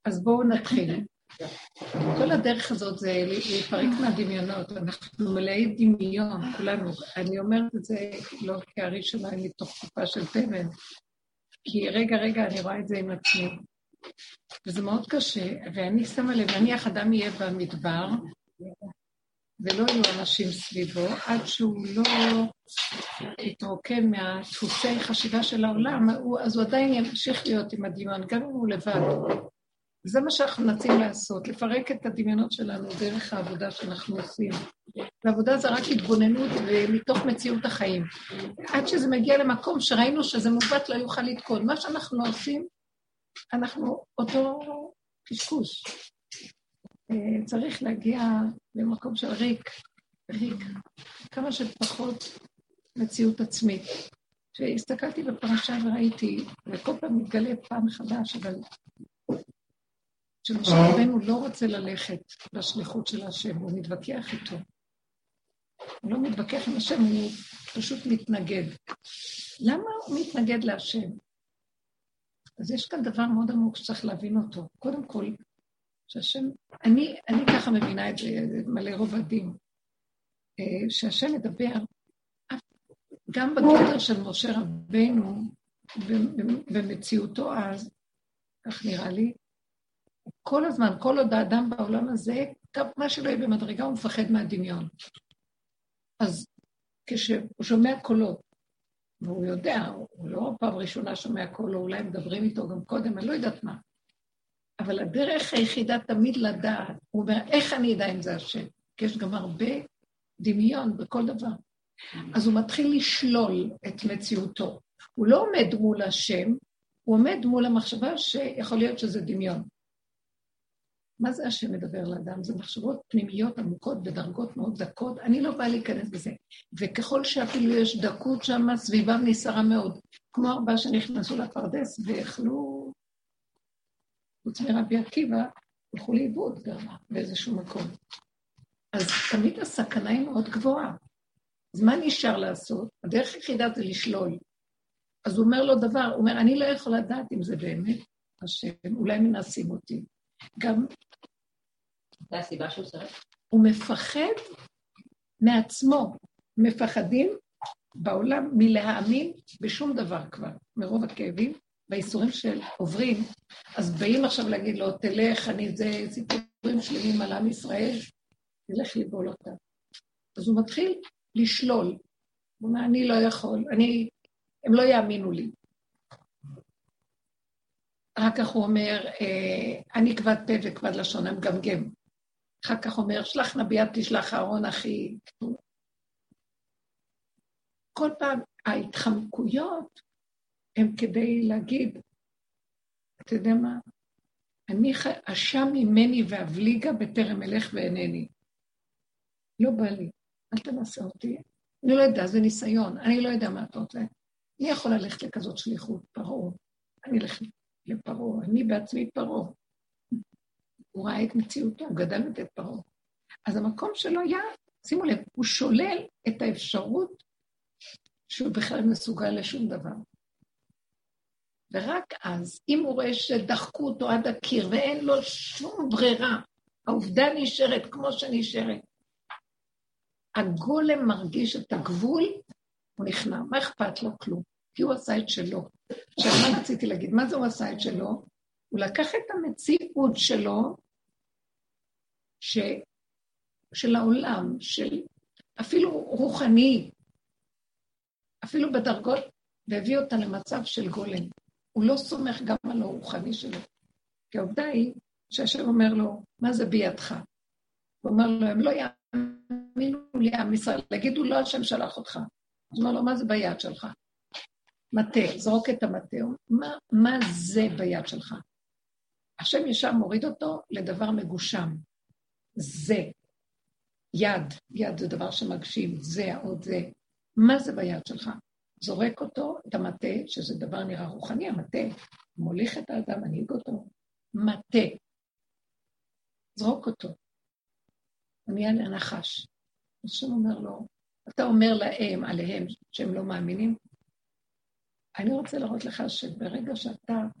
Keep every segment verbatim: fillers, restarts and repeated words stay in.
אז בואו נתחיל. כל הדרך הזאת זה להיפרק מהדמיונות, אנחנו מלאי דמיון, כולנו. אני אומרת את זה לא כהרי שלהם מתוך תקופה של תבן, כי רגע רגע אני רואה את זה עם עצמי. וזה מאוד קשה, ואני שמה לב, נניח אדם יהיה במדבר, ולא יהיו אנשים סביבו, עד שהוא לא יתרוקן מהדפוסי חשיבה של העולם, אז הוא עדיין ימשיך להיות עם הדמיון, גם אם הוא לבד. וזה מה שאנחנו נצאים לעשות, לפרק את הדמיונות שלנו דרך העבודה שאנחנו עושים. והעבודה זה רק התבוננות ומתוך מציאות החיים. עד שזה מגיע למקום שראינו שזה מובט לא יוכל לתקון. מה שאנחנו עושים, אנחנו אותו קשקוש. צריך להגיע למקום של ריק, ריק, כמה שפחות מציאות עצמית. כשהסתכלתי בפרשה וראיתי, וכל פעם מתגלה פעם מחדש, אבל שמשה רבנו לא רוצה ללכת בשליחות של השם, הוא מתווכח איתו. הוא לא מתווכח עם השם, הוא פשוט מתנגד. למה הוא מתנגד להשם? אז יש כאן דבר מאוד עמוק שצריך להבין אותו. קודם כל, שהשם, אני, אני ככה מבינה את זה, מלא רובדים, שהשם מדבר, גם בגדר של משה רבנו, במציאותו אז, כך נראה לי, כל הזמן, כל עוד האדם בעולם הזה, מה שלא יהיה במדרגה, הוא מפחד מהדמיון. אז כשהוא שומע קולות, והוא יודע, הוא לא פעם ראשונה שומע קול, או אולי מדברים איתו גם קודם, אני לא יודעת מה. אבל הדרך היחידה תמיד לדעת, הוא אומר, איך אני יודע אם זה השם? כי יש גם הרבה דמיון בכל דבר. אז הוא מתחיל לשלול את מציאותו. הוא לא עומד מול השם, הוא עומד מול המחשבה שיכול להיות שזה דמיון. מה זה השם מדבר לאדם? זה מחשבות פנימיות עמוקות בדרגות מאוד דקות. אני לא באה להיכנס בזה. וככל שאפילו יש דקות שם, סביבם ניסרה מאוד. כמו ארבעה שנכנסו לפרדס ואכלו, חוץ מרבי עקיבא, הלכו לאיבוד גם באיזשהו מקום. אז תמיד הסכנה היא מאוד גבוהה. אז מה נשאר לעשות? הדרך היחידה זה לשלול. אז הוא אומר לו דבר, הוא אומר, אני לא יכול לדעת אם זה באמת השם, אולי מנסים אותי. גם... זה הסיבה שהוא שרף? הוא מפחד מעצמו, מפחדים בעולם מלהאמין בשום דבר כבר, מרוב הכאבים, והאיסורים של עוברים, אז באים עכשיו להגיד לו, תלך, אני זה סיפורים שלמים על עם ישראל, תלך לבול אותה. אז הוא מתחיל לשלול, הוא אומר, אני לא יכול, אני, הם לא יאמינו לי. אחר כך הוא אומר, אני כבד פה וכבד לשון, הם גמגם. אחר כך הוא אומר, שלח נביאת תשלח אהרון אחי. כל פעם ההתחמקויות הם כדי להגיד, אתה יודע מה? אני אשם ממני ואבליגה בטרם אלך ואינני. לא בא לי, אל תנסה אותי. אני לא יודע, זה ניסיון, אני לא יודע מה אתה רוצה. אני יכול ללכת לכזאת שליחות, פרעה. אני אלך לפרעה, אני בעצמי פרעה. הוא ראה את מציאותו, הוא גדל את פרעה. אז המקום שלו היה, שימו לב, הוא שולל את האפשרות שהוא בכלל מסוגל לשום דבר. ורק אז, אם הוא רואה שדחקו אותו עד הקיר, ואין לו שום ברירה, העובדה נשארת כמו שנשארת, הגולם מרגיש את הגבול, הוא נכנע, מה אכפת לו? כלום, כי הוא עשה את שלו. עכשיו, מה רציתי להגיד? מה זה הוא עשה את שלו? הוא לקח את המציאות שלו, ש... של העולם, של אפילו רוחני, אפילו בדרגות, והביא אותה למצב של גולם. הוא לא סומך גם על הרוחני שלו. כי העובדה היא שהשם אומר לו, מה זה בידך? הוא אומר לו, הם לא יאמינו לי עם ישראל, להגידו לא השם שלח אותך. הוא אומר לו, מה זה ביד שלך? מטה, זרוק את המטה. מה, מה זה ביד שלך? השם ישר מוריד אותו לדבר מגושם. זה. יד. יד זה דבר שמגשים. זה, עוד זה. מה זה ביד שלך? זורק אותו, את המטה, שזה דבר נראה רוחני, המטה, מוליך את האדם, מנהיג אותו, מטה. זרוק אותו. אני אעלה נחש. השם אומר לו, אתה אומר להם, עליהם, שהם לא מאמינים, אני רוצה לראות לך שברגע שאתה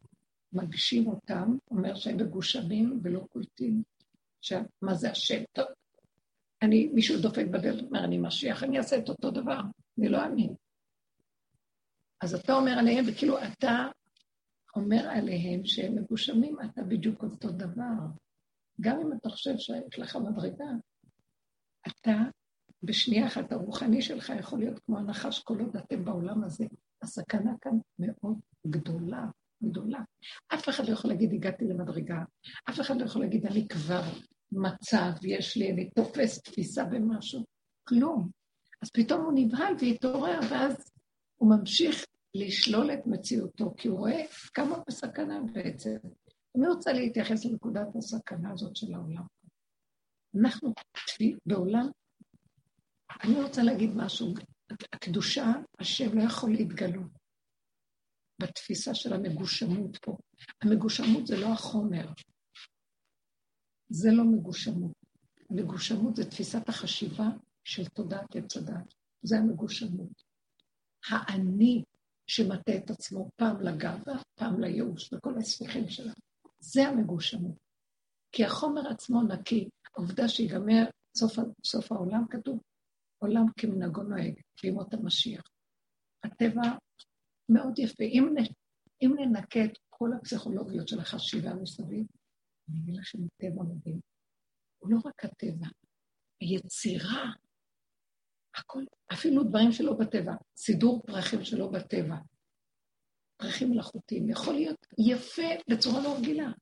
מגשים אותם, אומר שהם מגושמים ולא קולטים. עכשיו, מה זה השם? טוב, אני, מישהו דופק בדלת, אומר, אני משיח, אני אעשה את אותו דבר, אני לא אאמין. אז אתה אומר עליהם, וכאילו אתה אומר עליהם שהם מגושמים, אתה בדיוק אותו דבר. גם אם אתה חושב שיש לך מדרגה, אתה, בשנייה אחת, הרוחני שלך יכול להיות כמו הנחש כל עוד אתם בעולם הזה. הסכנה כאן מאוד גדולה, גדולה. אף אחד לא יכול להגיד, הגעתי למדרגה. אף אחד לא יכול להגיד, אני כבר מצב, יש לי, אני תופס תפיסה במשהו. כלום. אז פתאום הוא נבהל והתעורר, ואז הוא ממשיך לשלול את מציאותו, כי הוא רואה כמה בסכנה בעצם. אני רוצה להתייחס לנקודת הסכנה הזאת של העולם. אנחנו בעולם, אני רוצה להגיד משהו, הקדושה, השם לא יכול להתגלות בתפיסה של המגושמות פה. המגושמות זה לא החומר, זה לא מגושמות. המגושמות זה תפיסת החשיבה של תודעת עץ הדת. זה המגושמות. האני שמטה את עצמו פעם לגאווה, פעם לייאוש, וכל הספיחים שלה. זה המגושמות. כי החומר עצמו נקי, העובדה שיגמר סוף, סוף העולם, כתוב, עולם כמנהגו נוהג, לימות המשיח. הטבע מאוד יפה. אם, נ, אם ננקה את כל הפסיכולוגיות של החשיבה מסביב, אני אגיד לכם, טבע מדהים. הוא לא רק הטבע, היצירה, הכל, אפילו דברים שלא בטבע, סידור פרחים שלא בטבע, פרחים מלאכותיים, יכול להיות יפה בצורה לא רגילה.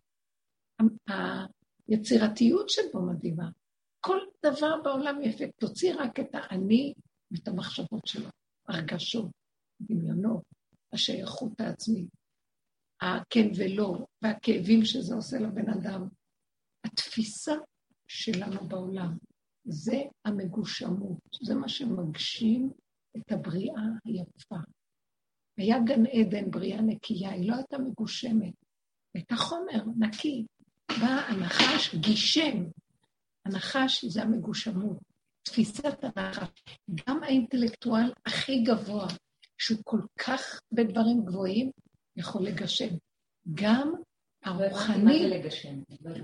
היצירתיות שבו מדהימה. כל דבר בעולם יפה, תוציא רק את האני ואת המחשבות שלו, הרגשות, דמיונות, השייכות העצמית, הכן ולא, והכאבים שזה עושה לבן אדם. התפיסה שלנו בעולם, זה המגושמות, זה מה שמגשים את הבריאה היפה. היה גן עדן, בריאה נקייה, היא לא הייתה מגושמת, הייתה חומר נקי, בא הנחש גישם, הנחש זה המגושמות, תפיסת הנחש, גם האינטלקטואל הכי גבוה, שהוא כל כך בדברים גבוהים, יכול לגשם. גם הרוחני... מה זה לגשם?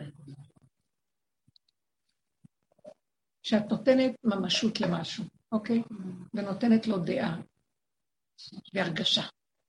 שאת נותנת ממשות למשהו, אוקיי? ונותנת לו דעה והרגשה.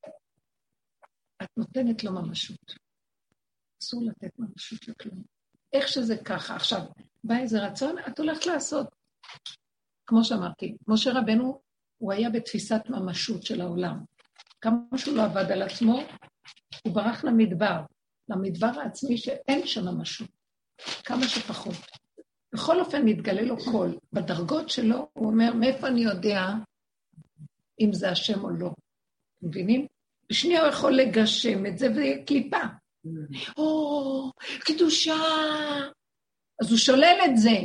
את נותנת לו ממשות. אסור לתת ממשות לכלום. איך שזה ככה, עכשיו, בא איזה רצון, את הולכת לעשות. כמו שאמרתי, משה רבנו, הוא היה בתפיסת ממשות של העולם. כמה שהוא לא עבד על עצמו, הוא ברח למדבר, למדבר העצמי שאין שם ממשות. כמה שפחות. בכל אופן מתגלה לו קול. בדרגות שלו הוא אומר, מאיפה אני יודע אם זה השם או לא? מבינים? בשנייה הוא יכול לגשם את זה וקליפה. או, קדושה. אז הוא שולל את זה.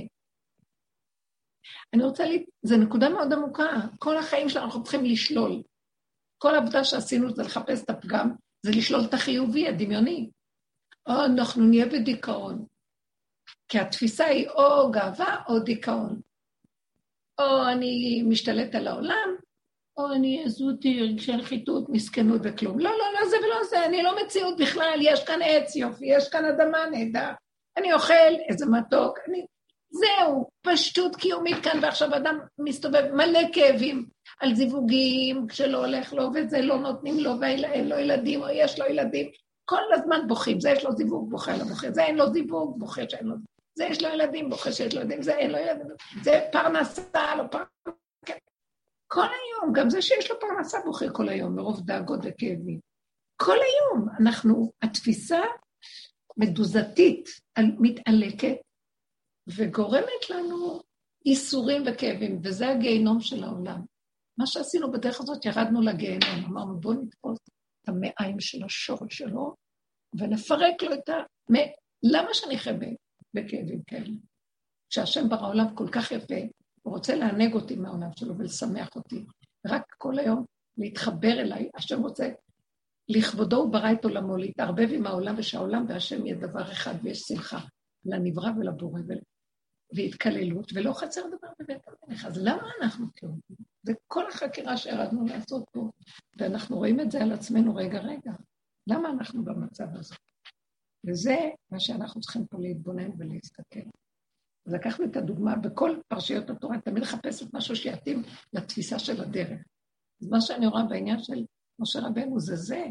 אני רוצה לי, זו נקודה מאוד עמוקה. כל החיים שלנו אנחנו צריכים לשלול. כל העבודה שעשינו זה לחפש את הפגם, זה לשלול את החיובי, הדמיוני. או אנחנו נהיה בדיכאון. כי התפיסה היא או גאווה או דיכאון. או אני משתלט על העולם, או אני עזותי, רגשי נחיתות, מסכנות וכלום. לא, לא, לא זה ולא זה, אני לא מציאות בכלל, יש כאן עץ יופי, יש כאן אדמה נהדר, אני אוכל איזה מתוק, אני... זהו, פשטות קיומית כאן, ועכשיו אדם מסתובב מלא כאבים על זיווגים, כשלא הולך לו, וזה לא נותנים לו, ואין לו ילדים, או יש לו ילדים, כל הזמן בוכים, זה יש לו זיווג, בוכה לו בוכה, זה אין לו זיווג, בוכה שאין לו, זה יש לו ילדים, בוכה שיש לו ילדים, זה אין לו ילדים, זה פרנסה, לא פרנסה, כל היום, גם זה שיש לו פרנסה בוכה כל היום, מרוב דאגות וכאבים. כל היום אנחנו, התפיסה מדוזתית, מתעלקת, וגורמת לנו איסורים וכאבים, וזה הגיהנום של העולם. מה שעשינו בדרך הזאת, ירדנו לגיהנום, אמרנו בואו נתפוס את המעיים של השורש שלו, ונפרק לו את ה... למה שאני חווה בכאבים כאלה? שהשם ברא עולם כל כך יפה, הוא רוצה לענג אותי מהעולם שלו ולשמח אותי, רק כל היום להתחבר אליי, השם רוצה לכבודו הוא ברא את עולמו, להתערבב עם העולם, ושהעולם והשם יהיה דבר אחד, ויש שמחה לנברא ולבורא, והתקללות, ולא חצר דבר בבית המלך. אז למה אנחנו כאילו? זה כל החקירה שירדנו לעשות פה, ואנחנו רואים את זה על עצמנו רגע רגע. למה אנחנו במצב הזה? וזה מה שאנחנו צריכים פה להתבונן ולהסתכל. אז לקחנו את הדוגמה, בכל פרשיות התורה, תמיד לחפש את משהו שיתאים לתפיסה של הדרך. אז מה שאני רואה בעניין של משה רבנו זה זה.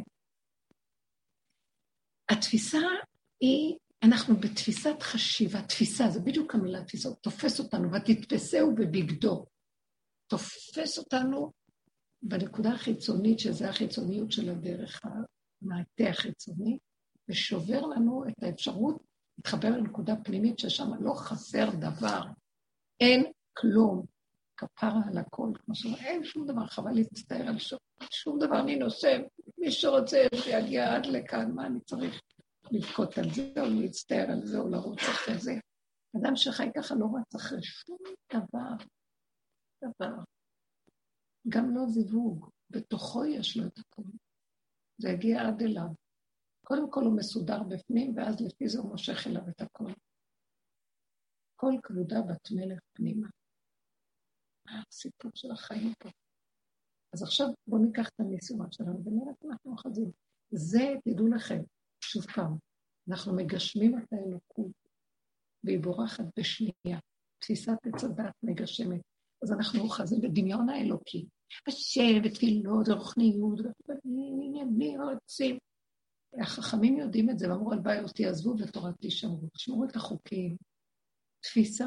התפיסה היא, אנחנו בתפיסת חשיבה, תפיסה, זה בדיוק המילה תפיסה, תופס אותנו, ותתפסהו בבגדו. תופס אותנו בנקודה החיצונית, שזה החיצוניות של הדרך, המעטה החיצוני, ושובר לנו את האפשרות להתחבר לנקודה פנימית, ששם לא חסר דבר, אין כלום, כפרה על הכל, כמו שאומר, אין שום דבר, חבל להצטער על שום, שום דבר, אני נושם, מי שרוצה שיגיע עד לכאן, מה אני צריך לבכות על זה, או להצטער על זה, או לרוץ אחרי זה. אדם שחי ככה לא רץ אחרי שום דבר, דבר. גם לא זיווג, בתוכו יש לו את הכל. זה הגיע עד אליו. קודם כל הוא מסודר בפנים, ואז לפי זה הוא מושך אליו את הכל. כל כבודה בת מלך פנימה. הסיפור של החיים פה. אז עכשיו בואו ניקח את הניסיונות שלנו, ונראה את אנחנו אוחזים. זה, תדעו לכם, שוב פעם, אנחנו מגשמים את האלוקות, והיא בורחת בשנייה. תפיסת עץ הדת מגשמת. אז אנחנו אוחזים בדמיון האלוקי. השם ותפילות ורוחניות, מי רוצים. החכמים יודעים את זה, ואמרו על ביי אותי עזבו ותורתי שמרו. שמרו את החוקים. תפיסה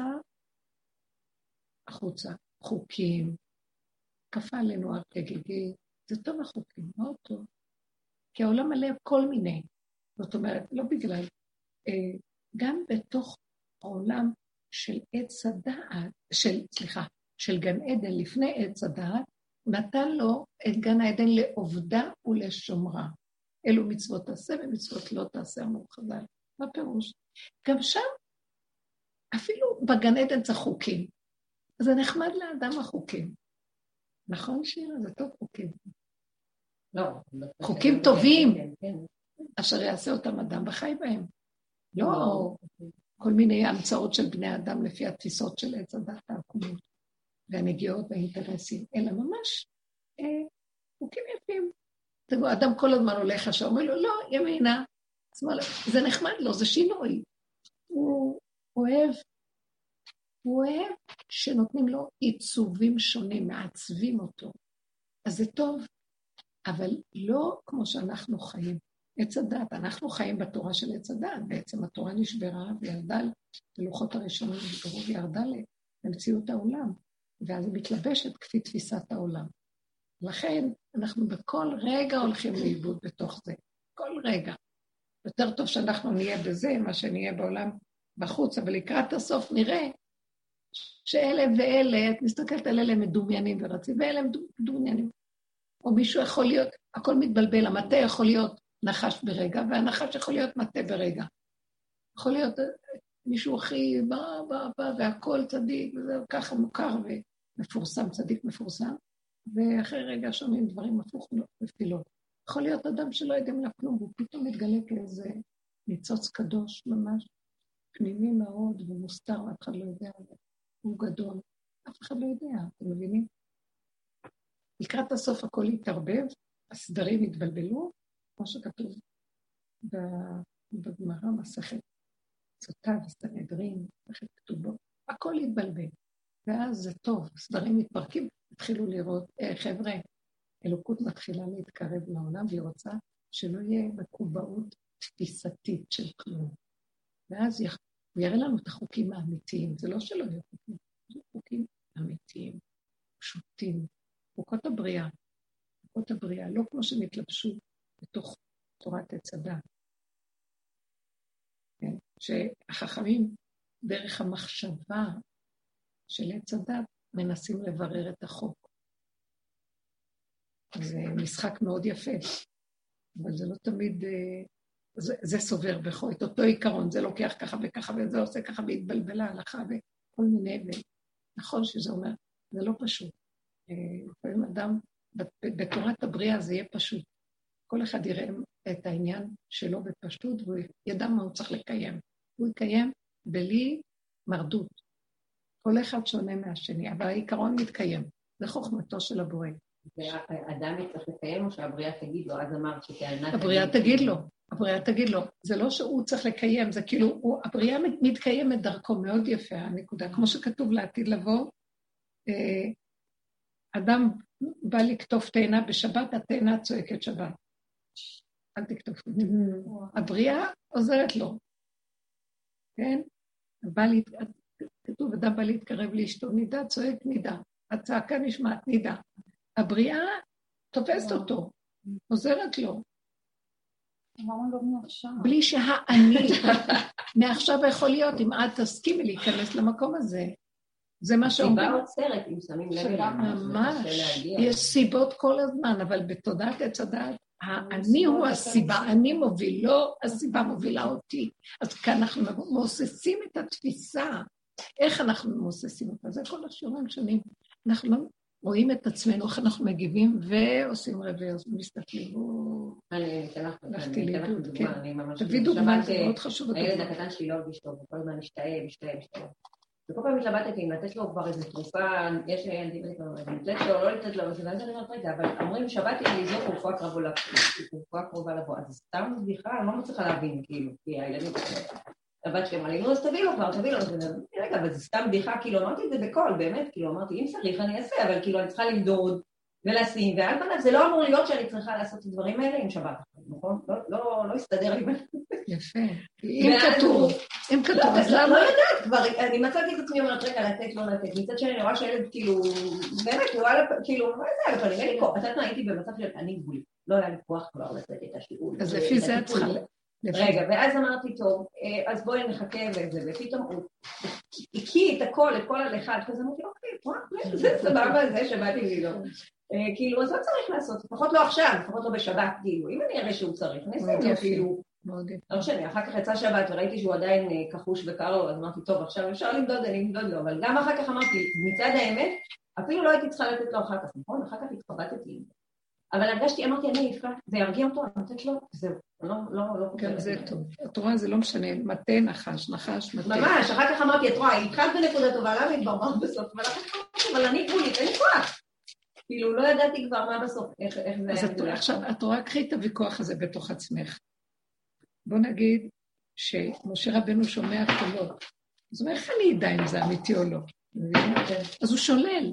החוצה, חוקים, כפה עלינו ארכגגי, זה טוב החוקים, מאוד טוב. כי העולם מלא כל מיני. זאת אומרת, לא בגלל, גם בתוך העולם של עץ הדעת, של, סליחה, של גן עדן לפני עץ הדעת, נתן לו את גן העדן לעובדה ולשומרה. אלו מצוות תעשה ומצוות לא תעשה, אמרו חז"ל. מה פירוש? גם שם, אפילו בגן עדן זה חוקים. זה נחמד לאדם החוקים. נכון שירה? זה טוב חוקים. לא. חוקים טובים, אשר יעשה אותם אדם וחי בהם. לא כל מיני המצאות של בני אדם לפי התפיסות של עץ הדת העקומות והנגיעות והאינטרסים, אלא ממש אה, חוקים יפים. תראו, אדם כל הזמן הולך עכשיו, אומר לו, לא, ימינה, שמאלה. זה נחמד לו, זה שינוי. הוא אוהב, הוא אוהב שנותנים לו עיצובים שונים, מעצבים אותו. אז זה טוב, אבל לא כמו שאנחנו חיים. עץ הדת, אנחנו חיים בתורה של עץ הדת, בעצם התורה נשברה וירדה, ללוחות הראשונים נשברו וירדה למציאות העולם, ואז היא מתלבשת כפי תפיסת העולם. לכן אנחנו בכל רגע הולכים לאיבוד בתוך זה, כל רגע. יותר טוב שאנחנו נהיה בזה, מה שנהיה בעולם בחוץ, אבל לקראת הסוף נראה שאלה ואלה, את מסתכלת על אלה מדומיינים ורצים, ואלה מדומיינים. או מישהו יכול להיות, הכל מתבלבל, המטה יכול להיות נחש ברגע, והנחש יכול להיות מטה ברגע. יכול להיות מישהו הכי בא, בא, בא, והכל צדיק, וזה ככה מוכר ומפורסם, צדיק מפורסם, ואחרי רגע שומעים דברים הפוך מפילות. יכול להיות אדם שלא יודעים לה כלום, והוא פתאום מתגלה כאיזה ניצוץ קדוש ממש, פנימי מאוד ומוסתר, אף אחד לא יודע, הוא גדול, אף אחד לא יודע, אתם מבינים? לקראת הסוף הכל יתערבב, הסדרים יתבלבלו, כמו שכתוב בגמרא, מסכת סוטה וסנהדרין, מסכת כתובות, הכל יתבלבל. ואז זה טוב, סדרים מתפרקים, התחילו לראות, אה, חבר'ה, אלוקות מתחילה להתקרב לעולם, והיא רוצה שלא יהיה מקובעות תפיסתית של כלום. ואז הוא יראה לנו את החוקים האמיתיים, זה לא שלא יהיו חוקים, זה חוקים אמיתיים, פשוטים, חוקות הבריאה, חוקות הבריאה, לא כמו שנתלבשו בתוך תורת עץ הדת. כן? שהחכמים דרך המחשבה של עץ הדת מנסים לברר את החוק. זה משחק מאוד יפה, אבל זה לא תמיד, זה, זה סובר בכו, את אותו עיקרון, זה לוקח ככה וככה, וזה עושה ככה והתבלבלה הלכה וכל מיני, ונכון שזה אומר, זה לא פשוט. לפעמים אדם, בתורת הבריאה זה יהיה פשוט. כל אחד יראה את העניין שלו בפשטות, והוא ידע מה הוא צריך לקיים. הוא יקיים בלי מרדות. כל אחד שונה מהשני, אבל העיקרון מתקיים. זה חוכמתו של הבורא. ואדם יצטרך לקיים או שהבריאה תגיד לו, אז אמרת שטענה... הבריאה תגיד לו, הבריאה תגיד לו. זה לא שהוא צריך לקיים, זה כאילו, הבריאה מתקיימת דרכו מאוד יפה, הנקודה. כמו שכתוב לעתיד לבוא, אדם בא לקטוף תאנה בשבת, התאנה צועקת שבת. אל תקטוף. הבריאה עוזרת לו. כן? כתוב, אדם בא להתקרב לאשתו, נידה, צועק נידה. הצעקה נשמעת נידה. הבריאה תופסת אותו, עוזרת לו. בלי שהאני, מעכשיו יכול להיות, אם את תסכימי להיכנס למקום הזה, זה מה שאומרים. סיבה עוצרת, אם שמים לב. ממש, יש סיבות כל הזמן, אבל בתודעת עץ הדעת, האני הוא הסיבה, אני מוביל, לא הסיבה מובילה אותי. אז כאן אנחנו מוססים את התפיסה. איך אנחנו מוססים אותה? זה כל השיעורים שונים. אנחנו לא רואים את עצמנו, איך אנחנו מגיבים, ועושים רוורס, ומסתכלים. אני אתן לך דוגמה, אני ממש... תביא דוגמה, זה מאוד חשוב. הילד הקטן שלי לא הרגיש טוב, וכל הזמן משתאה, משתאה, משתאה. וכל פעם התלבטתי אם לתת לו כבר איזו תרופה, יש ילדים, לתת לו, לא לתת לו, ואז אני אומרת רגע, אבל אומרים שבאתי לזור רפואה קרובה לבוא, רפואה קרובה לבוא, אז סתם בדיחה, אני לא מצליחה להבין, כאילו, כי הילדים... הבת שלי אמרה לי, נו, אז תביא לו כבר, תביא לו, רגע, אבל זה סתם בדיחה, כאילו, אמרתי את זה בקול, באמת, כאילו, אמרתי, אם צריך, אני אעשה, אבל כאילו, אני צריכה למדוד ולשים, ועל פניו, זה לא אמור להיות שאני צריכה לעשות את הדברים האלה עם שבת, נכון? לא הסתדר לי. יפה. אם כתוב, אם כתוב, אז למה? לא יודעת, כבר, אני מצאתי את עצמי, אומרת, רגע, לתת, לא לתת, מצד שאני רואה שהילד, כאילו, באמת, כאילו, מה זה, אבל אני פה, אתה הייתי במצב של אני גבולי, לא היה לי כוח כבר לתת את השיעור. אז לפי זה את צריכה. רגע, ואז אמרתי, טוב, אז בואי נחכה לזה, ופתאום הוא הקיא את הכל, את כל הלחד, כזה אמרתי, אוקיי, זה סבבה, זה שבאתי לי לא. כאילו, אז לא צריך לעשות, לפחות לא עכשיו, לפחות לא בשבת, כאילו, אם אני אראה שהוא צריך, אני אעשה את זה, כאילו, לא משנה, אחר כך יצא שבת וראיתי שהוא עדיין כחוש וקר לו, אז אמרתי, טוב, עכשיו אפשר למדוד, אני אמדוד לו, אבל גם אחר כך אמרתי, מצד האמת, אפילו לא הייתי צריכה לתת לו אחר כך, נכון? אחר כך התחבטתי. אבל הרגשתי, אמרתי, אני נפקע, זה ירגיע אותו, אני נותנת לו, זהו, לא, לא, לא. גם זה טוב. את רואה, זה לא משנה, מטה, נחש, נחש, מטה. ממש, אחר כך אמרתי, את רואה, התחלת בנקודה טובה, למה התברברת בסוף? אבל אני גבולית, אין לי כוח. כאילו, לא ידעתי כבר מה בסוף, איך זה... אז עכשיו, את רואה, קחי את הוויכוח הזה בתוך עצמך. בוא נגיד שמשה רבנו שומע קולות. אז הוא אומר, איך אני אדע אם זה אמיתי או לא? אז הוא שולל.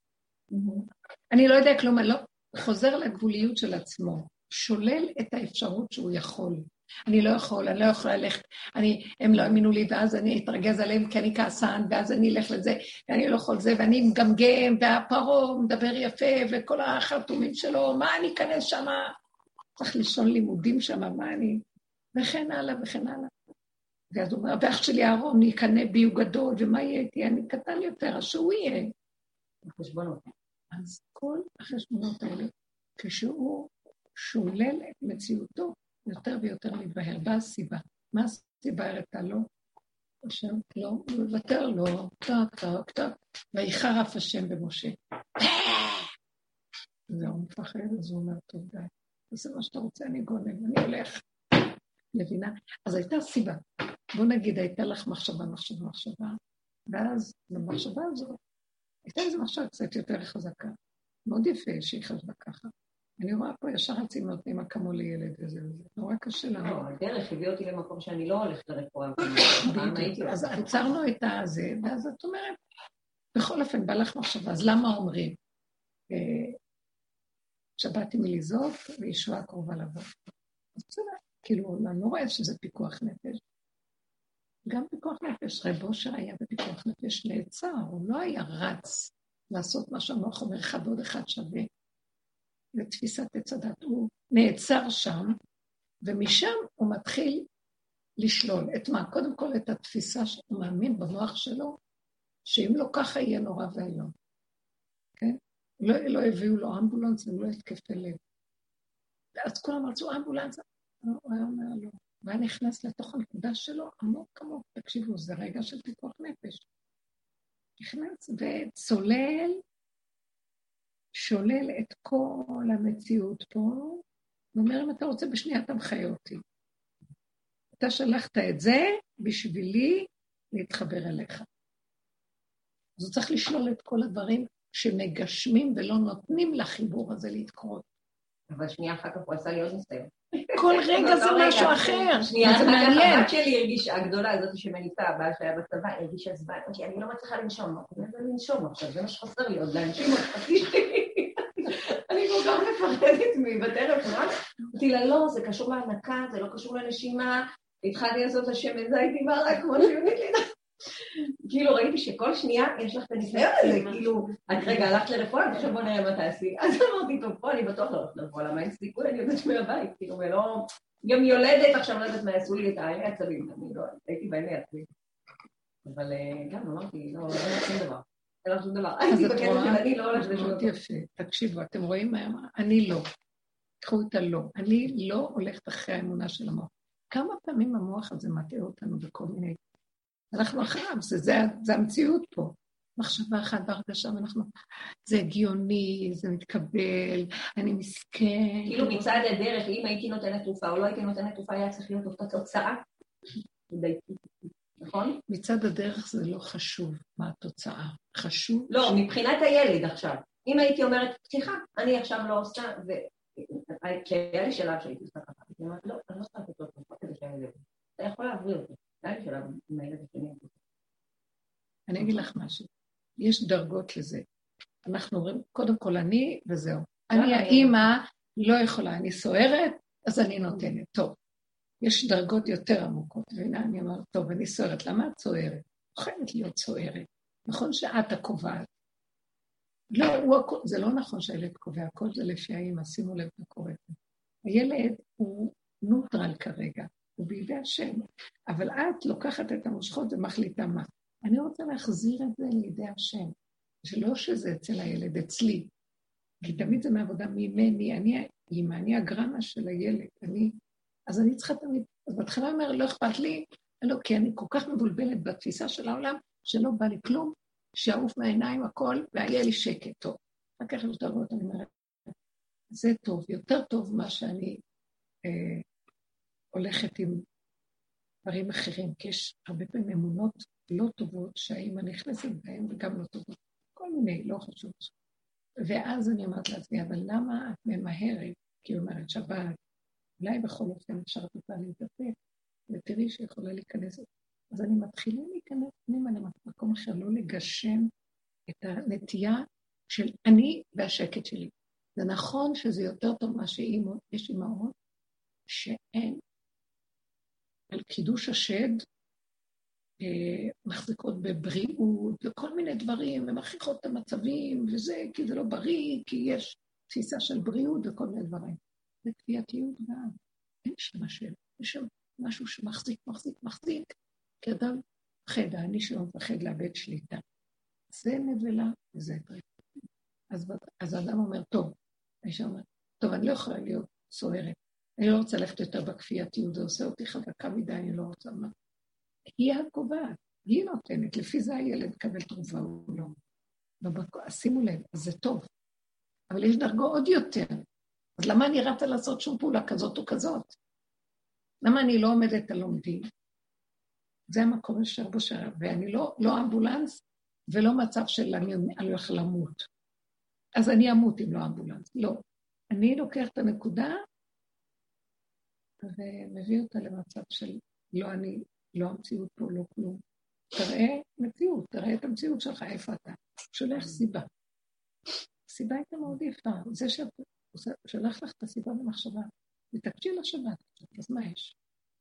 אני לא יודע כלום, לא... חוזר לגבוליות של עצמו, שולל את האפשרות שהוא יכול. אני לא יכול, אני לא יכולה ללכת, אני, הם לא האמינו לי, ואז אני אתרגז עליהם כי אני כעסן, ואז אני אלך לזה, ואני לא יכול זה, ואני מגמגם, והפרו מדבר יפה, וכל החרטומים שלו, מה אני אכנס שם? צריך לישון לימודים שם, מה אני? וכן הלאה, וכן הלאה. ואז הוא אומר, ואח שלי אהרון, יקנה בי הוא גדול, ומה יהיה איתי? אני קטן יותר, אז שהוא יהיה. חשבונות. אז כל החשבונות האלה, כשהוא שולל את מציאותו, יותר ויותר מתבהר. מה הסיבה? מה הסיבה הראתה לו? השם לא, הוא מוותר לו, טק, טק, טק, ויחרף השם במשה. זהו, הוא מפחד, אז הוא אומר, טוב, די, תעשה מה שאתה רוצה, אני גונן, אני הולך. מבינה? אז הייתה סיבה. בוא נגיד, הייתה לך מחשבה, מחשבה, מחשבה, ואז במחשבה הזאת, הייתה איזו מחשבה קצת יותר חזקה. מאוד יפה שהיא חשבה ככה. אני רואה פה ישר רצים נותנים אקמו לילד וזה וזה. נורא קשה לנו. לא, הדרך הביא אותי למקום שאני לא הולכת לרפואה. אז עצרנו את הזה, ואז את אומרת, בכל אופן, בא לך מחשבה, אז למה אומרים? שבאתי מליזות וישועה קרובה לבוא. אז בסדר, כאילו, אני לא רואה שזה פיקוח נפש. גם פיקוח נפש, רב אושר היה בפיקוח נפש נעצר, הוא לא היה רץ לעשות מה שהמוח אומר אחד ועוד אחד שווה. לתפיסת עץ הדת, הוא נעצר שם, ומשם הוא מתחיל לשלול. את מה? קודם כל את התפיסה שהוא מאמין במוח שלו, שאם לא ככה יהיה נורא והיום. כן? לא, לא הביאו לו אמבולנס, הם לא התקפי לב. ואז כולם רצו אמבולנס, הוא היה אומר לו. והיה נכנס לתוך הנקודה שלו, עמוק עמוק, תקשיבו, זה רגע של פיקוח נפש. נכנס וצולל, שולל את כל המציאות פה, ואומר, אם אתה רוצה בשנייה, אתה מחיה אותי. אתה שלחת את זה בשבילי להתחבר אליך. אז הוא צריך לשלול את כל הדברים שמגשמים ולא נותנים לחיבור הזה להתקרות. אבל שנייה אחר כך הוא עשה לי עוד ניסיון. כל רגע זה משהו אחר. שנייה אחר כך הבת שלי הרגישה, הגדולה הזאת שמניפה, הבעל שהיה בצבא, הרגישה זמן, אמרתי, אני לא מצליחה לנשום, אני לא לנשום עכשיו, זה מה שחסר לי עוד, להנשים עוד חצי שלי. אני כל כך מפחדת מבטרף, אמרתי לה, לא, זה קשור להנקה, זה לא קשור לנשימה, התחלתי לעשות השמן זית עם הרק, כמו שיונית לי. כאילו ראיתי שכל שנייה יש לך את הניסיון הזה, כאילו, את רגע הלכת לרפואה, עכשיו בוא נראה מה תעשי. אז אמרתי, טוב, פה אני בטוח לא הולכת לרפואה, למה אין סיכוי, אני יודעת מהבית, כאילו, ולא... גם יולדת עכשיו לא יודעת מה יעשו לי את העיני עצבים, אני לא, הייתי בעיני עצבים. אבל גם אמרתי, לא, לא שום דבר. אין לך שום דבר. הייתי בקטע של אני לא הולכת לשום דבר. יפה, תקשיבו, אתם רואים מה אמרה? אני לא. קחו את הלא. אני לא הולכת אחרי האמונה של המוח. כמה פעמים המוח הזה מטעה אותנו בכל מיני... אנחנו אחריו, זה, זה, זה המציאות פה. מחשבה אחת בהרגשה, ואנחנו... זה הגיוני, זה מתקבל, אני מסכן. כאילו מצד הדרך, אם הייתי נותנת תרופה או לא הייתי נותנת תרופה, היה צריך להיות אותה תוצאה. נכון? מצד הדרך זה לא חשוב מה התוצאה. חשוב... לא, ש... מבחינת הילד עכשיו. אם הייתי אומרת, סליחה, אני עכשיו לא עושה, ו... כשהיה לי שלב שהייתי עושה ככה, אני אומרת, לא, אני לא עושה את אותו תרופה כדי שהילד. אתה יכול להעביר אותי. היה לי שלב עם הילד השני. אני אגיד לך משהו. יש דרגות לזה. אנחנו אומרים, קודם כל אני, וזהו. אני האמא לא יכולה, אני סוערת, אז אני נותנת. טוב. יש דרגות יותר עמוקות, והנה אני אומרת, טוב, אני סוערת, למה את סוערת? חייבת להיות סוערת. נכון שאת הקובעת. לא, הוא, זה לא נכון שהילד קובע, הכל זה לפי האמא, שימו לב מה קורה. הילד הוא נוטרל כרגע, הוא בידי השם, אבל את לוקחת את המושכות ומחליטה מה. אני רוצה להחזיר את זה לידי השם, שלא שזה אצל הילד, אצלי, כי תמיד זה מעבודה ממני, אני האמא, אני הגרמה של הילד, אני... אז אני צריכה תמיד, אז בהתחלה אומר, לא אכפת לי, לא, כי אני כל כך מבולבלת בתפיסה של העולם, שלא בא לי כלום, שעוף מהעיניים הכל, והיה לי שקט טוב. אחר כך יש דרגות, אני אומרת, זה טוב, יותר טוב מה שאני אה, הולכת עם דברים אחרים, כי יש הרבה פעמים אמונות לא טובות, שהאמא נכנסת בהן וגם לא טובות. כל מיני, לא חשוב. ואז אני אומרת לעצמי, אבל למה את ממהרת? כי היא אומרת, שבת, אולי בכל אופן אפשר טיפה להתאפק, ותראי שיכולה להיכנס. אז אני מתחילה להיכנס פנימה למקום אחר, לא לגשם את הנטייה של אני והשקט שלי. זה נכון שזה יותר טוב מה שיש אימהות, שאין על קידוש השד, אה, מחזיקות בבריאות וכל מיני דברים, ומכריחות את המצבים וזה, כי זה לא בריא, כי יש תפיסה של בריאות וכל מיני דברים. זה כפייתיות גם. אין שם השם, יש שם משהו שמחזיק, מחזיק, מחזיק, כי אדם מפחד, אני שלא מפחד לאבד שליטה. זה נבלה וזה טריק. אז, אז האדם אומר, טוב, האישה אומר, טוב, אני לא יכולה להיות סוערת, אני לא רוצה ללכת יותר בכפייתיות, זה עושה אותי חזקה מדי, אני לא רוצה מה. היא הקובעת, היא נותנת, לפי זה הילד קבל תרופה או לא. שימו לב, אז זה טוב. אבל יש דרגו עוד יותר. אז למה אני רצה לעשות שום פעולה כזאת או כזאת? למה אני לא עומדת על עומדי? זה המקום אשר בו שרה, ואני לא, לא אמבולנס, ולא מצב של אני הולך למות. אז אני אמות אם לא אמבולנס. לא. אני לוקח את הנקודה, ומביא אותה למצב של לא אני, לא המציאות פה, לא כלום. תראה מציאות, תראה את המציאות שלך, איפה אתה? שולח סיבה. סיבה הייתה מאוד יפה. זה ששלח לך את הסיבה במחשבה, ותקשי לשבת, אז מה יש?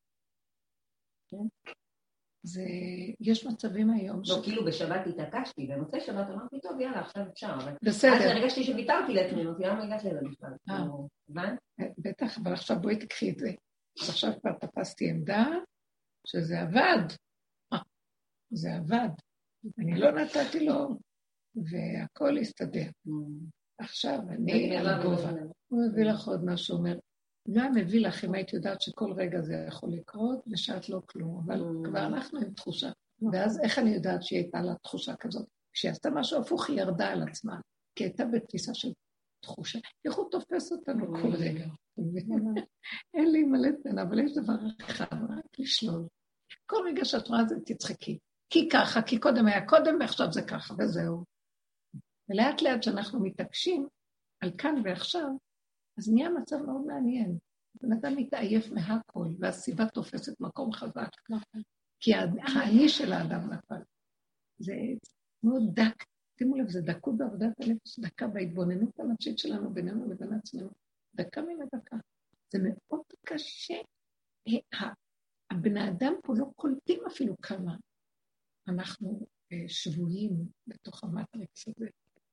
כן? זה, יש מצבים היום... לא, כאילו בשבת התעקשתי, במוצאי שבת אמרתי, טוב, יאללה, עכשיו אפשר, אבל... בסדר. אז הרגשתי שביטרתי לעצמי, אותי, למה הגעת לזה בכלל? הבנת? בטח, אבל עכשיו בואי תקחי את זה. אז עכשיו כבר תפסתי עמדה, שזה עבד. זה עבד. אני לא נתתי לו, והכל הסתדר. עכשיו אני על גובה. הוא מביא לך עוד משהו, אומר, גם מביא לך אם היית יודעת שכל רגע זה יכול לקרות, ושאת לא כלום, אבל כבר אנחנו עם תחושה. ואז איך אני יודעת שהיא הייתה לה תחושה כזאת? כשהיא עשתה משהו הפוך, היא ירדה על עצמה, כי הייתה בתפיסה של תחושה. איך הוא תופס אותנו כל רגע? אין לי מלא תנה, אבל יש דבר אחד, רק לשלול. כל רגע שאת רואה זה תצחקי. כי ככה, כי קודם היה קודם, ועכשיו זה ככה, וזהו. ולאט לאט שאנחנו מתעקשים על כאן ועכשיו, אז נהיה מצב מאוד מעניין. בן אדם מתעייף מהכל, והסיבה תופסת מקום חזק. כי האני של האדם נפל. זה מאוד דק. שימו לב, זה דקות בעבודת הנפש, דקה בהתבוננות הנפשית שלנו בינינו לבין עצמנו. דקה מן הדקה. זה מאוד קשה. הבן האדם פה לא קולטים אפילו כמה. אנחנו שבויים בתוך המטריקס הזה.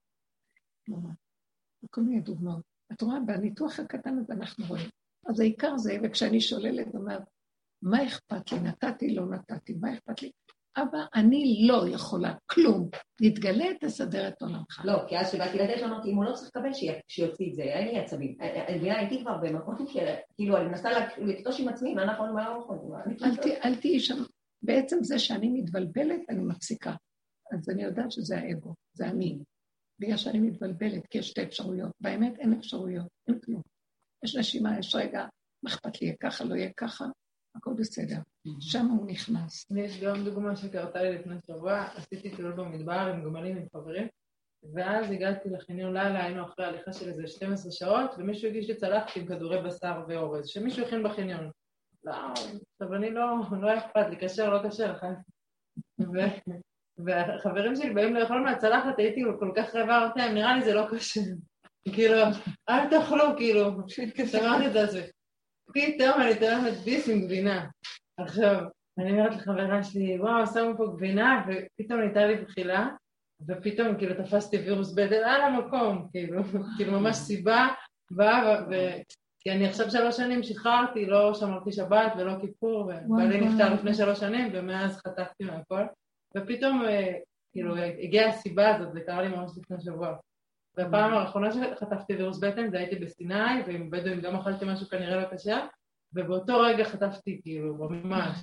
כל מיני דוגמאות. את רואה, בניתוח הקטן הזה אנחנו רואים. אז העיקר זה, וכשאני שוללת, אומר, מה אכפת לי? נתתי, לא נתתי, מה אכפת לי? אבל אני לא יכולה, כלום. נתגלה, תסדר את עולמך. לא, כי אז שבאתי לדעת אמרתי, אם הוא לא צריך לקבל, שיוציא את זה, אין לי עצבים. הייתי כבר במקום של, כאילו, אני מנסה לקטוש עם עצמי, מה נכון, מה לא נכון. אל תהיי שם. בעצם זה שאני מתבלבלת, אני מפסיקה. אז אני יודעת שזה האגו, זה אני. בגלל שאני מתבלבלת, כי יש שתי אפשרויות. באמת אין אפשרויות, אין כלום. יש נשימה, יש רגע, מה אכפת לי, יהיה ככה, לא יהיה ככה, הכל בסדר. שם הוא נכנס. יש גם דוגמה שקרתה לי לפני שבוע, עשיתי טיול במדבר עם גמלים עם חברים, ואז הגעתי לחניון לילה, היינו אחרי הליכה של איזה שתים עשרה שעות, ומישהו הגיש לי צלחת עם כדורי בשר ואורז, שמישהו הכין בחניון. לא, עכשיו אני לא, לא אכפת לי, קשר, לא קשר, והחברים שלי באים לאכול מהצלחת, הייתי כל כך רעבה, אמרתי להם, נראה לי זה לא קשה. כאילו, אל תאכלו, כאילו, שמעתי את זה. פתאום אני תלמת ביס עם גבינה. עכשיו, אני אומרת לחברה שלי, וואו, שמו פה גבינה, ופתאום ניתה לי בחילה, ופתאום כאילו תפסתי וירוס בטן על המקום, כאילו, כאילו ממש סיבה, כי אני עכשיו שלוש שנים שחררתי, לא שמרתי שבת ולא כיפור, ובעלי נפטר לפני שלוש שנים, ומאז חתכתי מהכל, ופתאום כאילו הגיעה הסיבה הזאת, זה קרה לי ממש לפני שבוע. והפעם האחרונה שחטפתי וירוס בטן, זה הייתי בסיני, ועם בדואים גם אכלתי משהו כנראה לא קשה, ובאותו רגע חטפתי כאילו, ממש.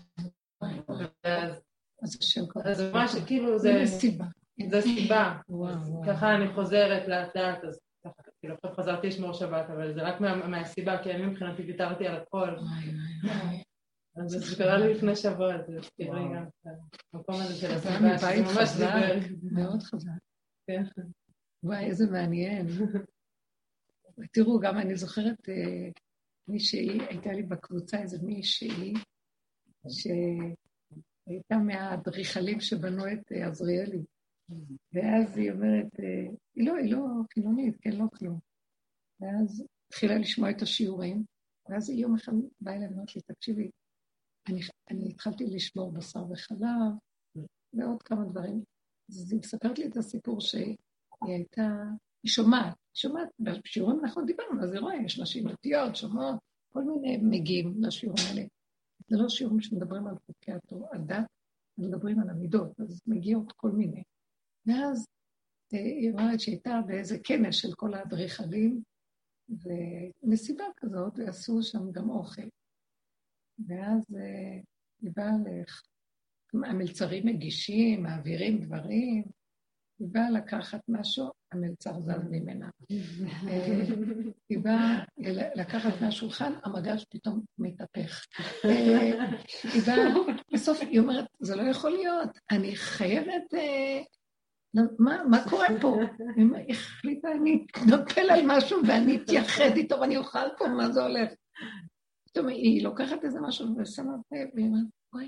אז ממש כאילו זה... זה סיבה. זה סיבה. ככה אני חוזרת לאט לאט, אז ככה, כאילו, עכשיו חזרתי לשמור שבת, אבל זה רק מהסיבה, כי אני מבחינתי ויתרתי על הכל. אז זה קרה לי לפני שבוע, זה תראי גם את המקום הזה של הסיבה, שזה ממש דיבר. מאוד חזק. וואי, איזה מעניין. תראו, גם אני זוכרת מישהי, הייתה לי בקבוצה איזה מישהי, שהייתה מהאדריכלים שבנו את עזריאלי. ואז היא אומרת, היא לא, היא לא חילונית, כן, לא כלום. ואז התחילה לשמוע את השיעורים, ואז היא יום אחד באה אליי ואומרת לי, תקשיבי, אני, אני התחלתי לשמור בשר וחלב, ועוד כמה דברים. אז היא מספרת לי את הסיפור שהיא הייתה, היא שומעת, היא שומעת, בשיעורים אנחנו דיברנו, אז היא רואה, יש נשים דתיות, שומעות, כל מיני מגיעים לשיעורים האלה. זה לא שיעורים שמדברים על חוקי הדת, מדברים על המידות, אז מגיעות כל מיני. ואז היא רואה שהייתה באיזה כנס של כל האדריכלים, ומסיבה כזאת, ועשו שם גם אוכל. ואז היא באה לך, המלצרים מגישים, מעבירים דברים, היא באה לקחת משהו, המלצר זז ממנה. היא באה לקחת מהשולחן, המגש פתאום מתהפך. היא באה, בסוף היא אומרת, זה לא יכול להיות, אני חייבת... מה קורה פה? היא החליטה, אני נופל על משהו ואני אתייחד איתו ואני אוכל פה, מה זה הולך? פתאום היא לוקחת איזה משהו ושמה פה, והיא אומרת, וואי,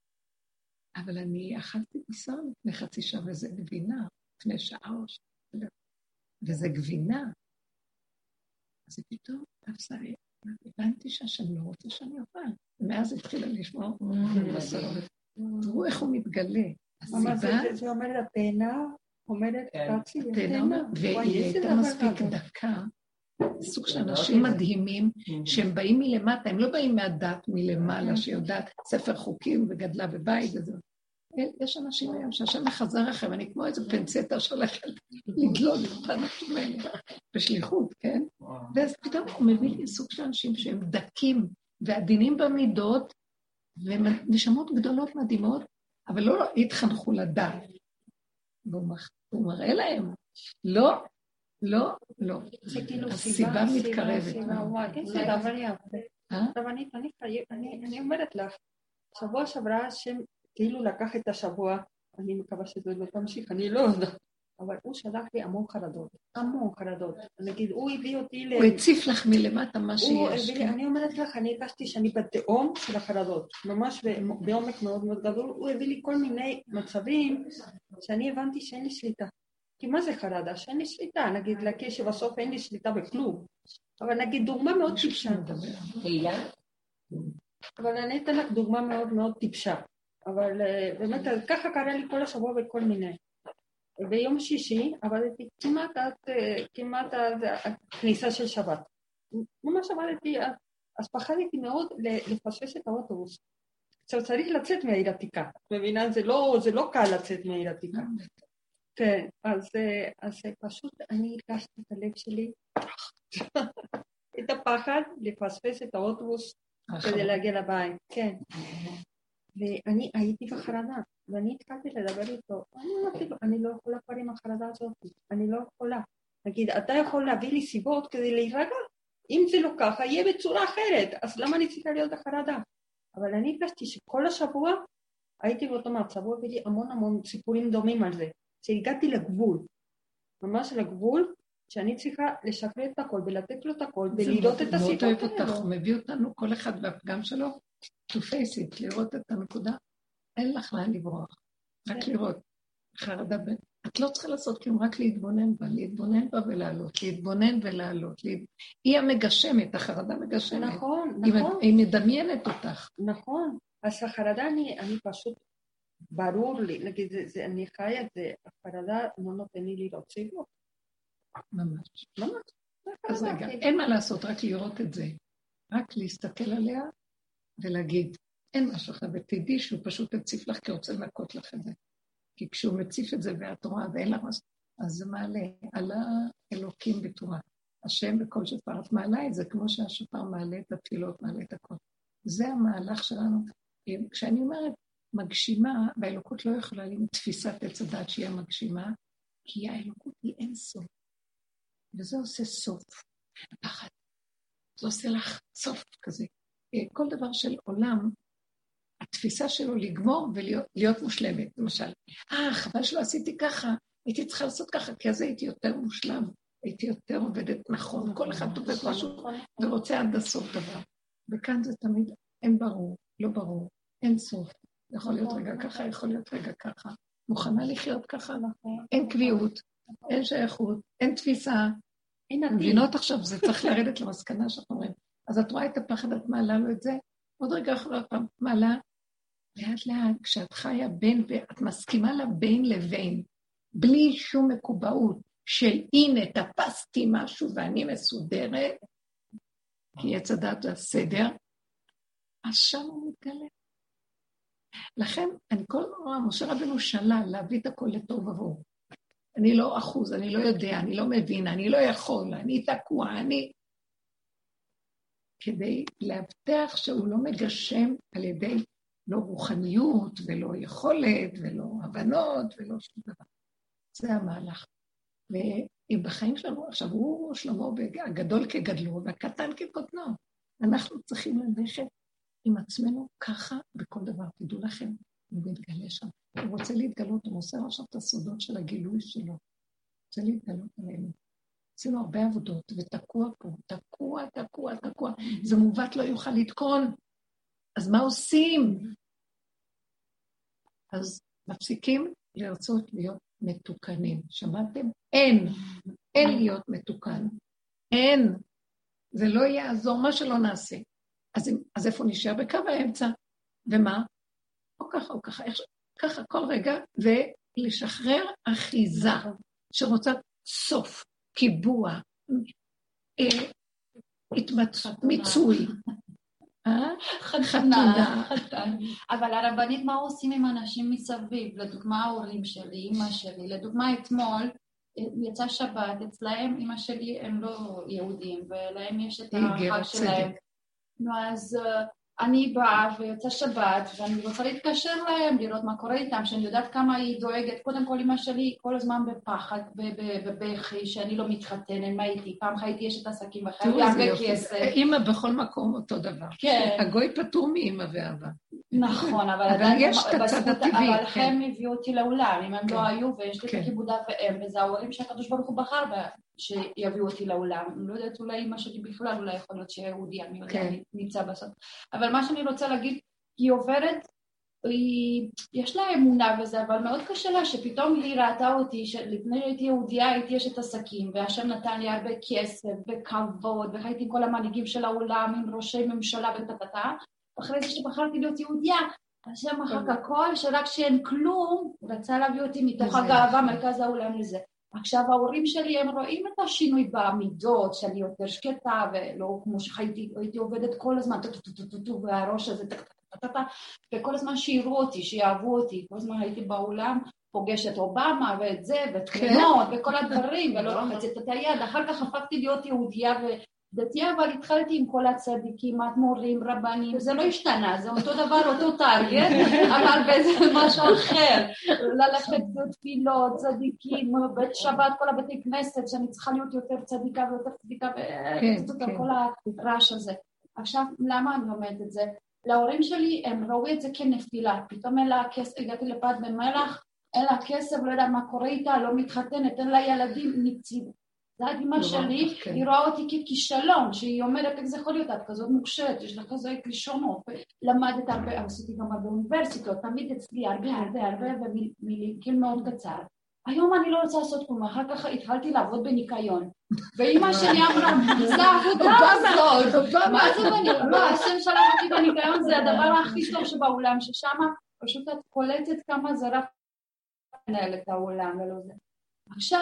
אבל אני אכלתי בשר לפני חצי שעה, וזה גבינה, לפני שעה או שעה, וזה גבינה. אז היא פתאום תפסה, הבנתי שהשם לא רוצה שאני אוכל, ומאז התחילה לשמוע בשר. תראו איך הוא מתגלה. זה אומר התאנה, אומרת קצי, התאנה, והיא הייתה מספיק דקה, סוג של אנשים מדהימים, שהם באים מלמטה, הם לא באים מהדת מלמעלה, שיודעת ספר חוקים וגדלה בבית וזה. יש אנשים היום שהשם מחזר לכם, אני כמו איזה פנצטה שהולכת לגלול את האנשים האלה, בשליחות, כן? ואז פתאום הוא מביא לי סוג של אנשים שהם דקים ועדינים במידות, ונשמות גדולות מדהימות, אבל לא התחנכו לדעת. והוא מראה להם, לא, לא, לא. הסיבה מתקרבת. אני אומרת לך, שבוע שעברה השם כאילו לקח את השבוע, אני מקווה שזה לא תמשיך, אני לא יודעת. אבל הוא שלח לי המון חרדות, המון חרדות. נגיד, הוא הביא אותי ל... הוא הציף לך מלמטה מה שיש. אני אומרת לך, אני הרגשתי שאני בתאום של החרדות, ממש בעומק מאוד מאוד גדול. הוא הביא לי כל מיני מצבים שאני הבנתי שאין לי שליטה. כי מה זה חרדה? שאין לי שליטה. נגיד, להכיר שבסוף אין לי שליטה בכלום. אבל נגיד, דוגמה מאוד טיפשה. אבל אני אתן לך דוגמה מאוד מאוד טיפשה. אבל באמת, ככה קרה לי כל השבוע בכל מיני. ביום שישי עבדתי כמעט עד, כמעט עד הכניסה של שבת. ממש עבדתי, אז פחדתי מאוד לפספס את האוטובוס. עכשיו צריך לצאת מהעיר עתיקה. מבינה? זה לא, זה לא קל לצאת מהעיר עתיקה. כן, אז, אז פשוט אני הרגשתי את הלב שלי, את הפחד לפספס את האוטובוס כדי להגיע לבית. כן. ואני הייתי בחרדה, ואני התחלתי לדבר איתו, אני אמרתי לו, אני לא יכולה כבר עם החרדה הזאת, אני לא יכולה. נגיד, אתה יכול להביא לי סיבות כדי להירגע, אם זה לא ככה, יהיה בצורה אחרת, אז למה אני צריכה להיות בחרדה? אבל אני הרגשתי שכל השבוע הייתי באותו מצב, הוא הביא לי המון המון סיפורים דומים על זה, שהגעתי לגבול, ממש לגבול, שאני צריכה לשחרר את הכל ולתת לו את הכל, ולראות את הסיבות האלה. זה מאוד אוהב אותך, הוא מביא אותנו כל אחד והפגם שלו, to face it, לראות את הנקודה, אין לך לאן לברוח, רק לראות, חרדה, את לא צריכה לעשות כלום, רק להתבונן בה, להתבונן בה ולעלות, להתבונן ולעלות, היא המגשמת, החרדה מגשמת, נכון, נכון, היא מדמיינת אותך. נכון, אז החרדה אני, אני פשוט, ברור לי, נגיד, זה, אני חיה את זה, החרדה לא נותן לי לראות סיבות. ממש. ממש. אז רגע, אין מה לעשות, רק לראות את זה, רק להסתכל עליה, ולהגיד, אין משהו אחר, ותדעי שהוא פשוט הציף לך כי רוצה לנקות לך את זה. כי כשהוא מציף את זה ואת רואה ואין לך משהו, אז זה מעלה, עלה אלוקים בתורה. השם בכל שפר, את מעלה את זה כמו שהשפר מעלה את התפילות, מעלה את הכל. זה המהלך שלנו. כשאני אומרת מגשימה, והאלוקות לא יכולה להיות תפיסת עץ הדעת שהיא המגשימה, כי האלוקות היא אין סוף. וזה עושה סוף. הפחד. זה עושה לך סוף כזה. כל דבר של עולם, התפיסה שלו לגמור ולהיות מושלמת, למשל. אה, חבל שלא עשיתי ככה, הייתי צריכה לעשות ככה, כי אז הייתי יותר מושלם, הייתי יותר עובדת נכון, כל אחד עובד משהו ורוצה עד הסוף דבר. וכאן זה תמיד אין ברור, לא ברור, אין סוף. יכול להיות רגע ככה, יכול להיות רגע ככה. מוכנה לחיות ככה, אין קביעות, אין שייכות, אין תפיסה. מבינות עכשיו, זה צריך לרדת למסקנה שאנחנו אומרים. אז את רואה את הפחד, את מעלה לו את זה, עוד רגע יכולה פעם מעלה, לאט לאט, כשאת חיה בין, ואת מסכימה לה בין לבין, בלי שום מקובעות של הנה, תפסתי משהו ואני מסודרת, כי עץ הדת זה הסדר, אז שם הוא מתגלה. לכן, אני כל הזמן, משה רבנו שלל להביא את הכל לטוב עבור. אני לא אחוז, אני לא יודע, אני לא מבין, אני לא יכול, אני תקוע, אני... כדי להבטח שהוא לא מגשם על ידי לא רוחניות ולא יכולת ולא הבנות ולא שום דבר. זה המהלך. ובחיים שלנו, עכשיו הוא שלמה הגדול כגדלו והקטן כקוטנו. אנחנו צריכים ללכת עם עצמנו ככה בכל דבר. תדעו לכם, הוא מתגלה שם. הוא רוצה להתגלות, הוא מוסר עכשיו את הסודות של הגילוי שלו. הוא רוצה להתגלות עלינו. עשינו הרבה עבודות, ותקוע פה, תקוע, תקוע, תקוע. זה מובט לא יוכל לתקון. אז מה עושים? אז מפסיקים לרצות להיות מתוקנים. שמעתם? אין. אין להיות מתוקן. אין. זה לא יעזור מה שלא נעשה. אז, אז איפה נשאר? בקו האמצע. ומה? או ככה או ככה. איך, ככה כל רגע, ולשחרר אחיזה שרוצה סוף. קיבוע, מיצוי, חתונה, אבל הרבנית, מה עושים עם אנשים מסביב? לדוגמה ההורים שלי, אמא שלי, לדוגמה אתמול, יצא שבת, אצלהם אמא שלי הם לא יהודים, ולהם יש את החג שלהם. אז אני באה ויוצא שבת, ואני רוצה להתקשר להם, לראות מה קורה איתם, שאני יודעת כמה היא דואגת. קודם כל, אמא שלי כל הזמן בפחד, בבכי, שאני לא מתחתנת, מה איתי? פעם חייתי יש את עסקים, וחייתי הרבה כסף. אמא בכל מקום אותו דבר. כן. הגוי פטור מאמא ואבא. נכון, אבל אבל יש את הצד הטבעי. אבל הם הביאו אותי לעולם, אם הם לא היו, ויש לי את הכיבוד אב ואם, וזה ההורים שהקדוש ברוך הוא בחר שיביאו אותי לעולם. אני לא יודעת, אולי אמא שלי בכלל, אולי יכול להיות שיהודי, אני יודע, נמצא בסוף. אבל מה שאני רוצה להגיד, היא עוברת, יש לה אמונה בזה, אבל מאוד קשה לה שפתאום היא ראתה אותי, שלפני שהייתי יהודייה הייתי אשת עסקים, והשם נתן לי הרבה כסף וכבוד, וחייתי עם כל המנהיגים של העולם, עם ראשי ממשלה וטטטה, אחרי זה שבחרתי להיות יהודייה, השם אחר כך הכל, שרק שאין כלום, רצה להביא אותי מתוך הגאווה, מרכז העולם לזה. עכשיו ההורים שלי הם רואים את השינוי בעמידות, שאני יותר שקטה, ולא כמו שהייתי עובדת כל הזמן, והראש הזה, וכל הזמן שיראו אותי, שיאהבו אותי, כל הזמן הייתי בעולם, פוגשת אובמה ואת זה, ותמונות, וכל הדברים, ולא רחצת את היד, אחר כך הפכתי להיות יהודייה ודתייה, אבל התחלתי עם כל הצדיקים, מורים, רבנים, זה לא השתנה, זה אותו דבר, אותו טרגט, אבל זה משהו אחר, ללכת בתפילות, צדיקים, בית שבת, כל הבתי כנסת, שאני צריכה להיות יותר צדיקה ויותר צדיקה, וכל הרעש הזה. עכשיו, למה אני אומרת את זה? להורים שלי הם ראו את זה כנפילה, פתאום אין לה כסף, הגעתי לפת במלח, אין לה כסף, לא יודע מה קורה איתה, לא מתחתנת, אין לה ילדים, נציב. זה הדממה שלי, היא רואה אותי ככישלון, שהיא אומרת, איך זה יכול להיות, את כזאת מוקשרת, יש לך כזאת כישרונות, למדת הרבה, עשיתי גם באוניברסיטות, תמיד אצלי הרבה הרבה הרבה, ומגיל מאוד קצר. היום אני לא רוצה לעשות כלום, אחר כך התחלתי לעבוד בניקיון, ואמא שלי אמרה, זה העבודה הזאת, מה זה בניקיון? לא, השם שלח אותי בניקיון זה הדבר הכי טוב שבעולם, ששם פשוט את קולטת כמה זה רק לנהל את העולם ולא זה. עכשיו,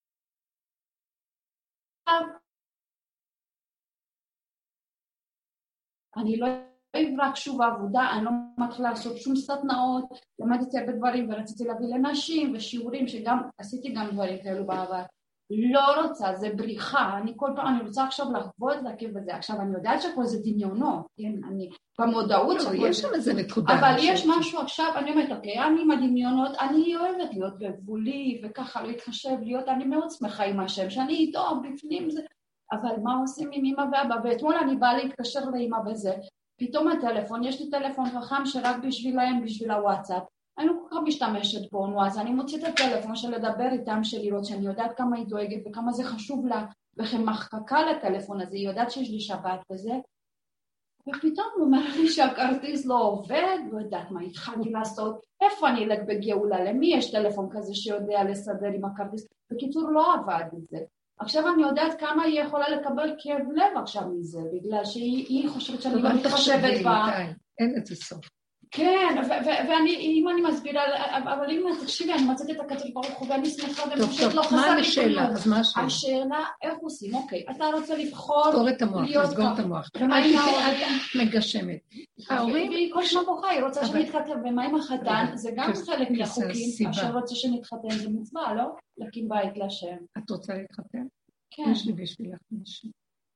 אני לא רק שוב עבודה, אני לא מתחילה לעשות שום סדנאות, למדתי הרבה דברים ורציתי להביא לנשים ושיעורים שגם, עשיתי גם דברים כאלו בעבר. לא רוצה, זה בריחה, אני כל פעם, אני רוצה עכשיו לחוות להכיר בזה, עכשיו אני יודעת שכל זה דמיונות, כן, אני במודעות לא, יש שם איזה נקודה. אבל יש משהו עכשיו, אני אומרת, אוקיי, אני עם הדמיונות, אני אוהבת להיות בגבולי וככה להתחשב, להיות, אני מאוד שמחה עם השם, שאני איתו בפנים זה, אבל מה עושים עם אמא ואבא, ואתמול אני באה להתקשר לאמא בזה, פתאום הטלפון, יש לי טלפון חכם שרק בשבילהם, בשביל הוואטסאפ, אני לא כל כך משתמשת בו, נו, אז אני מוצאת את הטלפון של לדבר איתם, של לראות שאני יודעת כמה היא דואגת וכמה זה חשוב לה, וכן מחקה לטלפון הזה, היא יודעת שיש לי שבת וזה, ופתאום הוא אומר לי שהכרטיס לא עובד, לא יודעת מה התחלתי לעשות, איפה אני אלך בגאולה, למי יש טלפון כזה שיודע לסדר עם הכרטיס, בקיצור לא עבד את זה. עכשיו אני יודעת כמה היא יכולה לקבל כאב לב עכשיו מזה, בגלל שהיא חושבת שאני לא מתחשבת בה. אין את זה סוף. כן, ואני, אם אני מסבירה, אבל אם תקשיבי, אני מצאת את הקדוש ברוך הוא, ואני שמחה, ואני פשוט לא חסר לי השאלה? אז מה השאלה? השאלה, איך עושים? אוקיי, אתה רוצה לבחור... סגור את המוח, סגור את המוח. ומה עם ההורים? מגשמת. ההורים... והיא כל שמה בוכה, היא רוצה שנתחתן, ומה עם החתן? זה גם חלק מהחוקים, עכשיו רוצה שנתחתן, זה מצווה, לא? להקים בית להשם. את רוצה להתחתן? כן. יש לי בשבילך משהו.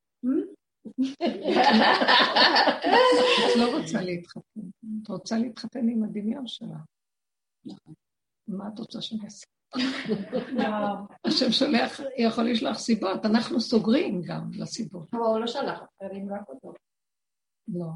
את לא רוצה להתחתן. את רוצה להתחתן עם הדמיון שלה. מה את רוצה שאני אעשה? השם שולח, יכול לשלוח סיבות. אנחנו סוגרים גם לסיבות. הוא לא שלח, תרים רק אותו. לא.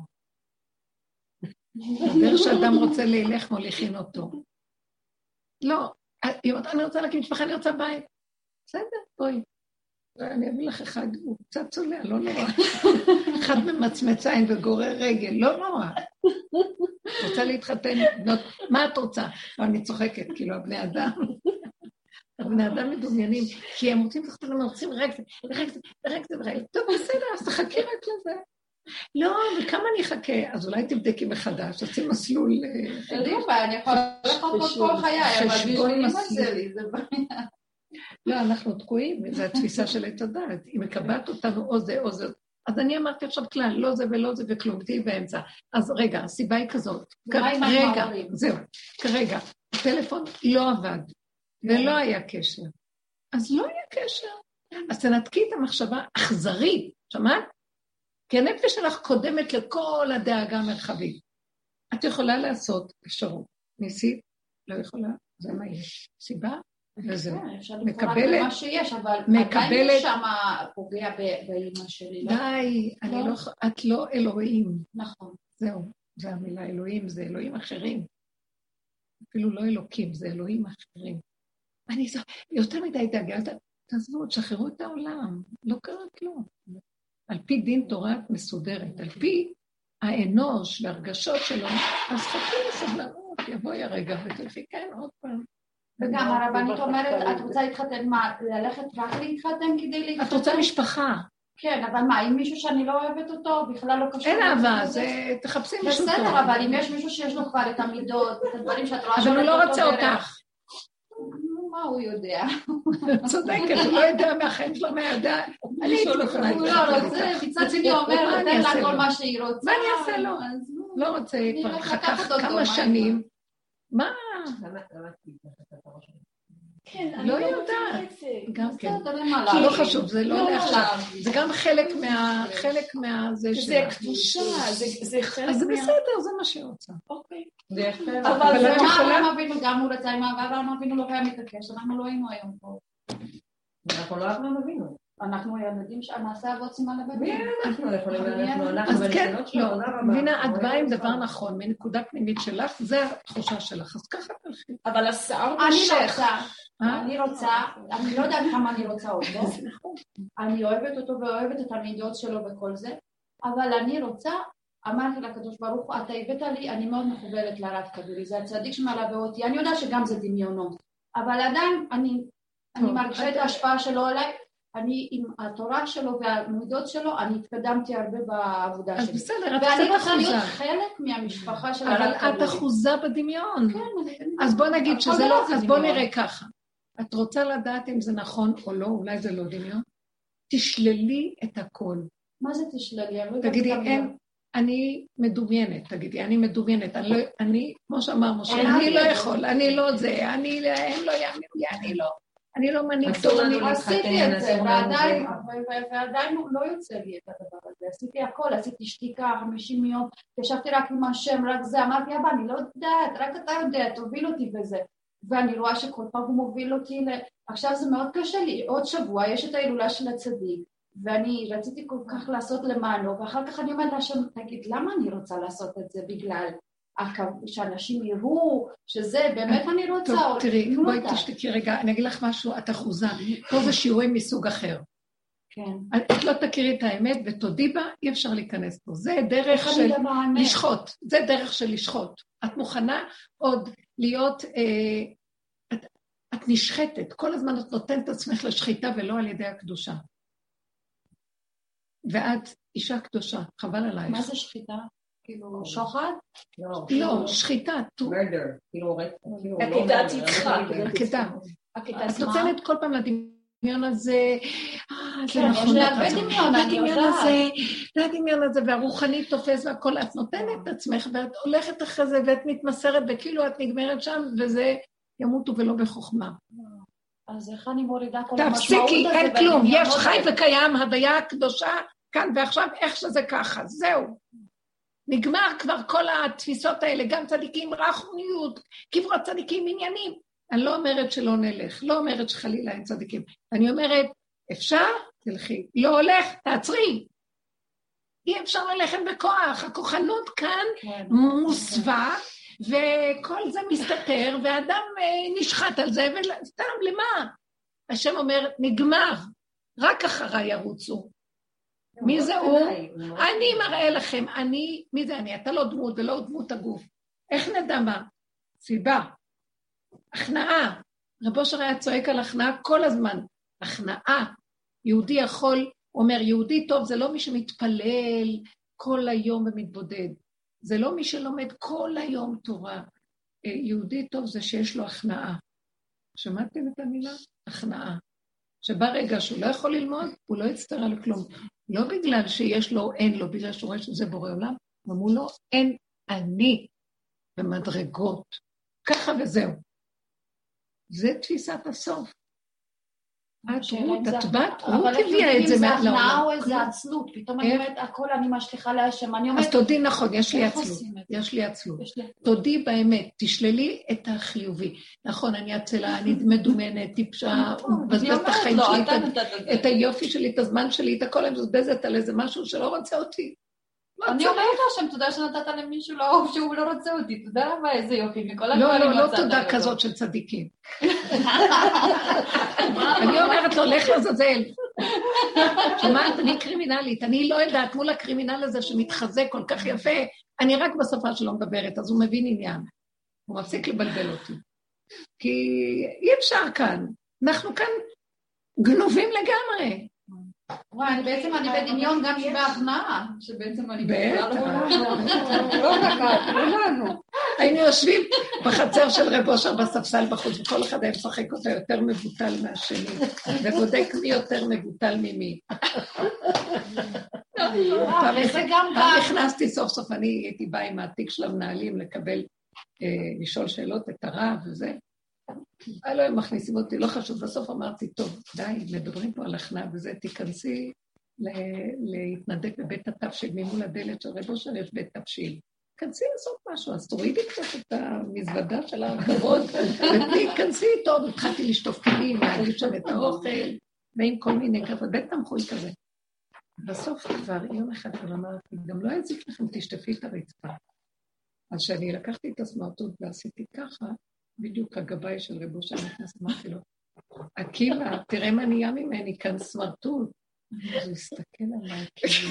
דבר שאדם רוצה להילך, מוליכין אותו. לא. אני רוצה להקים משפחה, אני רוצה בית. בסדר, בואי. אני אביא לך אחד, הוא קצת צולע, לא נורא. אחד ממצמץ עין וגורר רגל, לא נורא. רוצה להתחתן, מה את רוצה? אני צוחקת, כאילו, הבני אדם. הבני אדם מדומיינים, כי הם רוצים לחתן, הם רוצים רק זה, רק זה, רק זה, רק זה. טוב, בסדר, אז תחכי רק לזה. לא, וכמה אני אחכה? אז אולי תבדקי מחדש, עושים מסלול... לא בעיה, אני יכולה לחכות כל חיי, אבל בשביל אמא שלי, זה בעיה. לא, אנחנו תקועים, זו התפיסה של עת הדעת, היא מקבעת אותנו או זה או זה. אז אני אמרתי עכשיו כלל, לא זה ולא זה וכלום, תהי באמצע. אז רגע, הסיבה היא כזאת. רגע, זהו, כרגע, הטלפון לא עבד, ולא היה קשר. אז לא היה קשר. אז תנתקי את המחשבה אכזרית, שמעת? כי הנפש שלך קודמת לכל הדאגה המרחבית. את יכולה לעשות אפשרות. ניסית? לא יכולה, זה מה יש. סיבה? וזה מקבלת, מה שיש, אבל מקבלת, שם פוגע באמא שלי. די, את לא אלוהים. נכון. זהו. זה המילה אלוהים, זה אלוהים אחרים. אפילו לא אלוקים, זה אלוהים אחרים. אני זו, יותר מדי דאגה, תעזבו, תשחררו את העולם, לא קרה כלום. על פי דין תורה מסודרת, על פי האנוש והרגשות שלו, אז חכי לסבלנות, יבואי הרגע ותלכי, כן, עוד פעם. וגם הרבנית אומרת, את רוצה להתחתן, מה, ללכת רק להתחתן כדי להתחתן? את רוצה משפחה. כן, אבל מה, אם מישהו שאני לא אוהבת אותו, בכלל לא קשור. אין אהבה, זה תחפשי מישהו טוב. בסדר, אבל אם יש מישהו שיש לו כבר את המידות, את הדברים שאת רואה... אבל הוא לא רוצה אותך. מה הוא יודע? צודקת, הוא לא יודע מהחיים שלו, מה יודע. אני לא יכולה הוא לא רוצה, מצד שני אומר, תן לה כל מה שהיא רוצה. מה אני אעשה לו? לא רוצה, כבר חכך כמה שנים. מה? כן, לא יודעת. גם כן. כי לא חשוב, זה לא לעכשיו. זה גם חלק מה... חלק מה... זה קדושה, זה חלק מה... אז זה בסדר, זה מה שהיא רוצה. אוקיי. אבל זה מה אברהם אבינו, גם הוא רצה עם אהבה, אברהם אבינו לא היה מתעקש, אנחנו לא היינו היום פה. אנחנו לא אברהם אבינו. אנחנו הילדים שנעשה אבות סימן לבנים. אנחנו יכולים ללכת, אז כן, לא, מבינה, את באה עם דבר נכון, מנקודה פנימית שלך, זה התחושה שלך, אז ככה תלכי. אבל השיער אני בשך. רוצה, אני רוצה, אני לא יודעת כמה אני רוצה אותו, אני אוהבת אותו ואוהבת את המידות שלו וכל זה, אבל אני רוצה, אמרתי לקדוש ברוך הוא, אתה הבאת לי, אני מאוד מחוברת לרב כדורי, זה הצדיק שמלווה אותי, אני יודעת שגם זה דמיונות, אבל עדיין אני מרגישה את ההשפעה שלו עליי, אני עם התורה שלו והמידות שלו, אני התקדמתי הרבה בעבודה שלי. אז בסדר, את ואני קצת רוצה להיות אחוזה. חלק מהמשפחה של אבל הרב את אחוזה בדמיון. כן. אז בוא נגיד שזה לא, זה אז בוא דמיון. נראה ככה. את רוצה לדעת אם זה נכון או לא, אולי זה לא דמיון? תשללי את הכל. מה זה תשללי? אני לא יודעת תגידי, גם אין, לא. אני מדומיינת, תגידי, אני מדומיינת, אני, לא, אני כמו שאמר משה, אין אני לי לא את זה. יכול, אני לא זה, אני, הם לא יאמינו לי, אני לא, אני לא מנהיג אסור טוב, לנו אני לא... עשיתי את זה, אסור לנו ועדיין, זה. ו- ו- ועדיין לא יוצא לי את הדבר הזה. עשיתי הכל, עשיתי שתיקה, חמישים יום, ישבתי רק עם השם, רק זה, אמרתי, אבא, אני לא יודעת, רק אתה יודע, תוביל אותי בזה. ואני רואה שכל פעם הוא מוביל אותי ל... עכשיו זה מאוד קשה לי, עוד שבוע יש את ההילולה של הצדיק, ואני רציתי כל כך לעשות למענו, ואחר כך אני אומרת לשם, תגיד, למה אני רוצה לעשות את זה? בגלל שאנשים יראו, שזה באמת אני רוצה. טוב, תראי, בואי תשתקי רגע, אני אגיד לך משהו, את אחוזה, פה זה שיעורים מסוג אחר. כן. את לא תכירי את האמת ותודי בה, אי אפשר להיכנס פה. זה דרך של לשחוט, זה דרך של לשחוט. את מוכנה עוד להיות, אה, את, את נשחטת, כל הזמן את נותנת עצמך לשחיטה ולא על ידי הקדושה. ואת אישה קדושה, חבל עלייך. מה זה שחיטה? כאילו שוחד? לא, שחיטה. מרדר, כאילו עקדת יצחק. עקדה. את נותנת כל פעם לדמיון הזה, זה כן, נכון, יש לי הרבה דמיון, אני לדמיון יודעת. הזה, לדמיון הזה, והרוחני תופס והכל, את נותנת את עצמך, ואת הולכת אחרי זה, ואת מתמסרת, וכאילו את נגמרת שם, וזה ימותו ולא בחוכמה. אז איך אני מורידה כל המשמעות הזה? תפסיקי, אין כלום, והדמיון יש הזה? חי וקיים, הוויה הקדושה, כאן ועכשיו, איך שזה ככה, זהו. נגמר כבר כל התפיסות האלה, גם צדיקים, רחמניות, קברות צדיקים, עניינים. אני לא אומרת שלא נלך, לא אומרת שחלילה אין צדיקים. אני אומרת, אפשר? תלכי. לא הולך, תעצרי. אי אפשר ללכת בכוח, הכוחנות כאן כן. מוסווה, וכל זה מסתתר, והאדם נשחט על זה, וסתם, למה? השם אומר, נגמר, רק אחריי ירוצו. מי זה הוא? אני מראה לכם, אני, מי זה אני? אתה לא דמות ולא דמות הגוף. איך נדע מה? סיבה. הכנעה. רבו שר היה צועק על הכנעה כל הזמן. הכנעה. יהודי יכול, אומר, יהודי טוב זה לא מי שמתפלל כל היום ומתבודד. זה לא מי שלומד כל היום תורה. יהודי טוב זה שיש לו הכנעה. שמעתם את המילה? הכנעה. שברגע שהוא לא יכול ללמוד, הוא לא יצטר על כלום. לא בגלל שיש לו או אין לו, בגלל שהוא רואה שזה בורא עולם, אמרו לו, אין אני במדרגות. ככה וזהו. זה תפיסת הסוף. את רות, את בת, רות הביאה את זה לעולם. אבל אם זה הכנעה או איזה עצלות, פתאום אני אומרת, הכל אני משליחה להשם. אז תודי נכון, יש לי עצלות. יש לי עצלות. תודי באמת, תשללי את החיובי. נכון, אני עצלה, אני מדומנת, טיפשה, מבזבז את החיים שלי, את היופי שלי, את הזמן שלי, את הכל אני מבזבזת על איזה משהו שלא רוצה אותי. אני אומרת להשם, תודה שנתת למישהו לאהוב שהוא לא רוצה אותי, תודה רבה, איזה יופי, מכל לא, הדברים לא, לא תודה כזאת של צדיקים. אני אומרת לו, לך לזזל. שמעת, אני קרימינלית, אני לא יודעת מול הקרימינל הזה שמתחזק כל כך יפה, אני רק בשפה שלו מדברת, אז הוא מבין עניין. הוא מפסיק לבלבל אותי. כי אי אפשר כאן, אנחנו כאן גנובים לגמרי. וואי, בעצם אני בדמיון גם שבהכנעה, שבעצם אני... בטח. לא דקה, כולנו. היינו יושבים בחצר של רב אושר בספסל בחוץ, וכל אחד היה משחק אותה יותר מבוטל מהשני, ובודק מי יותר מבוטל ממי. פעם נכנסתי סוף סוף, אני הייתי באה עם העתיק של המנהלים לקבל, לשאול שאלות את הרב וזה. לא, הם מכניסים אותי, לא חשוב, בסוף אמרתי, טוב, די, מדברים פה על הכנעה וזה, תיכנסי להתנדק בבית התבשיל, ממול הדלת של רב אושר יש בית תבשיל. כנסי לעשות משהו, אז תורידי קצת את המזוודה של הכבוד, ותיכנסי איתו, והתחלתי לשטוף כלים, להגיד שם את האוכל, ועם כל מיני כזה, בית תמחוי כזה. בסוף כבר יום אחד כבר אמרתי, גם לא יזיק לכם, תשטפי את הרצפה. אז שאני לקחתי את הסמרטוט ועשיתי ככה, בדיוק הגבאי של רב אושר נכנס, אמרתי לו, עקיבא, תראה מה נהיה ממני, כאן סמרטוט. אז הוא הסתכל עליי, כאילו.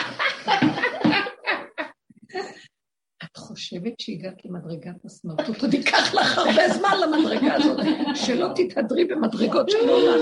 את חושבת שהגעת למדרגת הסמרטוט, עוד ייקח לך הרבה זמן למדרגה הזאת, שלא תתהדרי במדרגות שלא לך.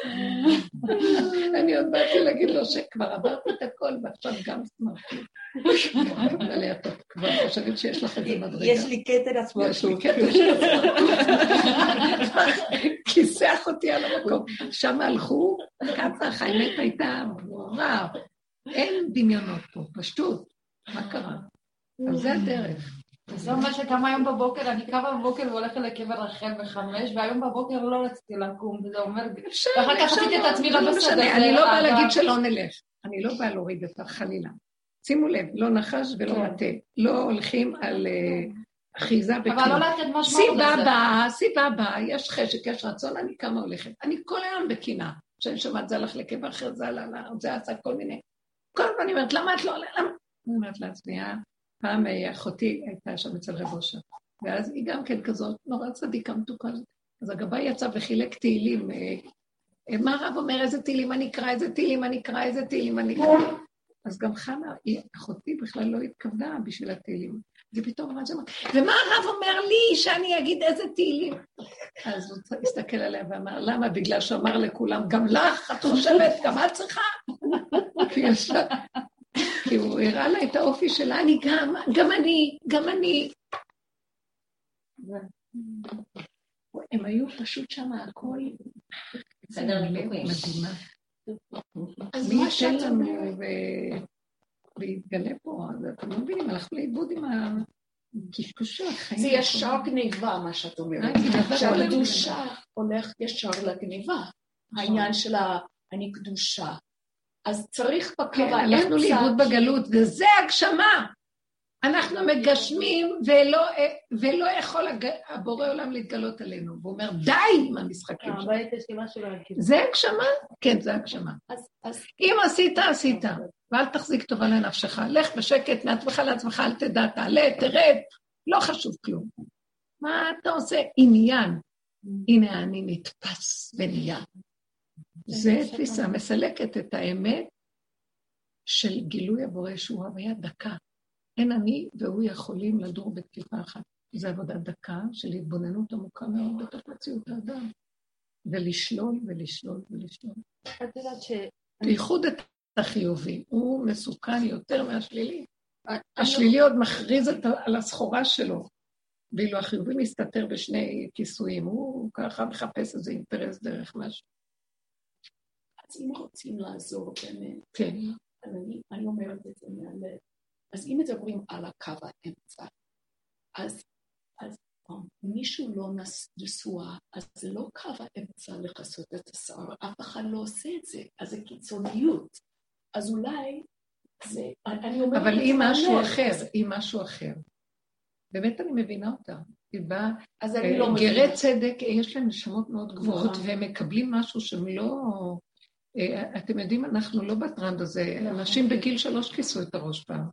אני עוד באתי להגיד לו שכבר עברתי את הכל, ועכשיו גם סמרטוט. אבל אתה כבר חושבת שיש לך איזה מדרגה. יש לי קטר הסמרטוט. יש לי קטר של הסמרטוט. כיסח אותי על המקום. שם הלכו, ככה, האמת הייתה ברורה. אין דמיונות פה, פשטות. מה קרה? אז זה הדרך. זה אומר שכמה היום בבוקר, אני קמה בבוקר והולכת לקבר רחל בחמש, והיום בבוקר לא רציתי לקום, וזה אומר, ואחר כך עשיתי את עצמי לבסד. אני לא באה להגיד שלא נלך, אני לא באה להוריד את החלילה. שימו לב, לא נחש ולא מטה, לא הולכים על אחיזה בכלום. אבל לא לתת משמעות. סיבה באה, סיבה באה, יש חשק, יש רצון, אני כמה הולכת. אני כל היום בקינה, שאני שומעת זה הלך לקבר אחר, זה עלה, זה עשה כל מיני. כל הזמן אני אומרת, למה את לא עולה? למה? אני אומרת לעצמי, פעם אחותי הייתה שם אצל רב אושר, ואז היא גם כן כזאת, נורא צדיקה מתוקה. אז הגבאי יצא וחילק תהילים. מה הרב אומר, איזה תהילים אני אקרא, איזה תהילים אני אקרא, איזה תהילים אני אקרא. אז גם חנה, אחותי בכלל לא התכוונה בשביל התהילים. ופתאום אמרת שמה, ומה הרב אומר לי שאני אגיד איזה תהילים? אז הוא הסתכל עליה ואמר, למה? בגלל שאמר לכולם, גם לך, את חושבת, גם את צריכה? כי הוא הראה לה את האופי שלה, אני גם, גם אני, גם אני. הם היו פשוט שם הכל, סדר ניתוחים. מדהימה. מי ייתן לנו והתגלה פה, אז אתם לא מבינים, הלכנו לאיבוד עם הקשקושות. זה ישר גניבה, מה שאת אומרת. שהקדושה הולך ישר לגניבה. העניין של אני קדושה. אז צריך בקו האמצע... הלכנו לאיבוד בגלות, וזה הגשמה. אנחנו מגשמים, ולא יכול הבורא עולם להתגלות עלינו. והוא אומר, די עם המשחקים שלנו. זה הגשמה? כן, זה הגשמה. אם עשית, עשית. ואל תחזיק טובה לנפשך. לך בשקט מעצמך לעצמך, אל תדע, תעלה, תרד. לא חשוב כלום. מה אתה עושה? עניין. הנה אני נתפס ונהיה. זה תפיסה מסלקת את האמת של גילוי הבורא שהוא הוויה דקה. אין אני והוא יכולים לדור בתקיפה אחת. זו עבודה דקה של התבוננות עמוקה מאוד בתוך מציאות האדם. ולשלול ולשלול ולשלול. את יודעת ש... בייחוד את החיובי, הוא מסוכן יותר מהשלילי. השלילי עוד מכריז על הסחורה שלו, ואילו החיובי מסתתר בשני כיסויים, הוא ככה מחפש איזה אינטרס דרך משהו. אז אם רוצים לעזור באמת, כן. אני, אני אומרת את זה מהלב, אז אם מדברים על הקו האמצע, אז, אז מישהו לא נשואה, אז זה לא קו האמצע לחסות את השיער, אף אחד לא עושה את זה, אז זה קיצוניות. אז אולי זה, אני אומרת... אבל היא משהו אחר, היא משהו אחר. באמת אני מבינה אותה. היא באה, גרי צדק, יש להם נשמות מאוד גבוהות, והם מקבלים משהו שהם לא... אתם יודעים, אנחנו לא בטרנד הזה, אנשים בגיל שלוש כיסו את הראש פעם.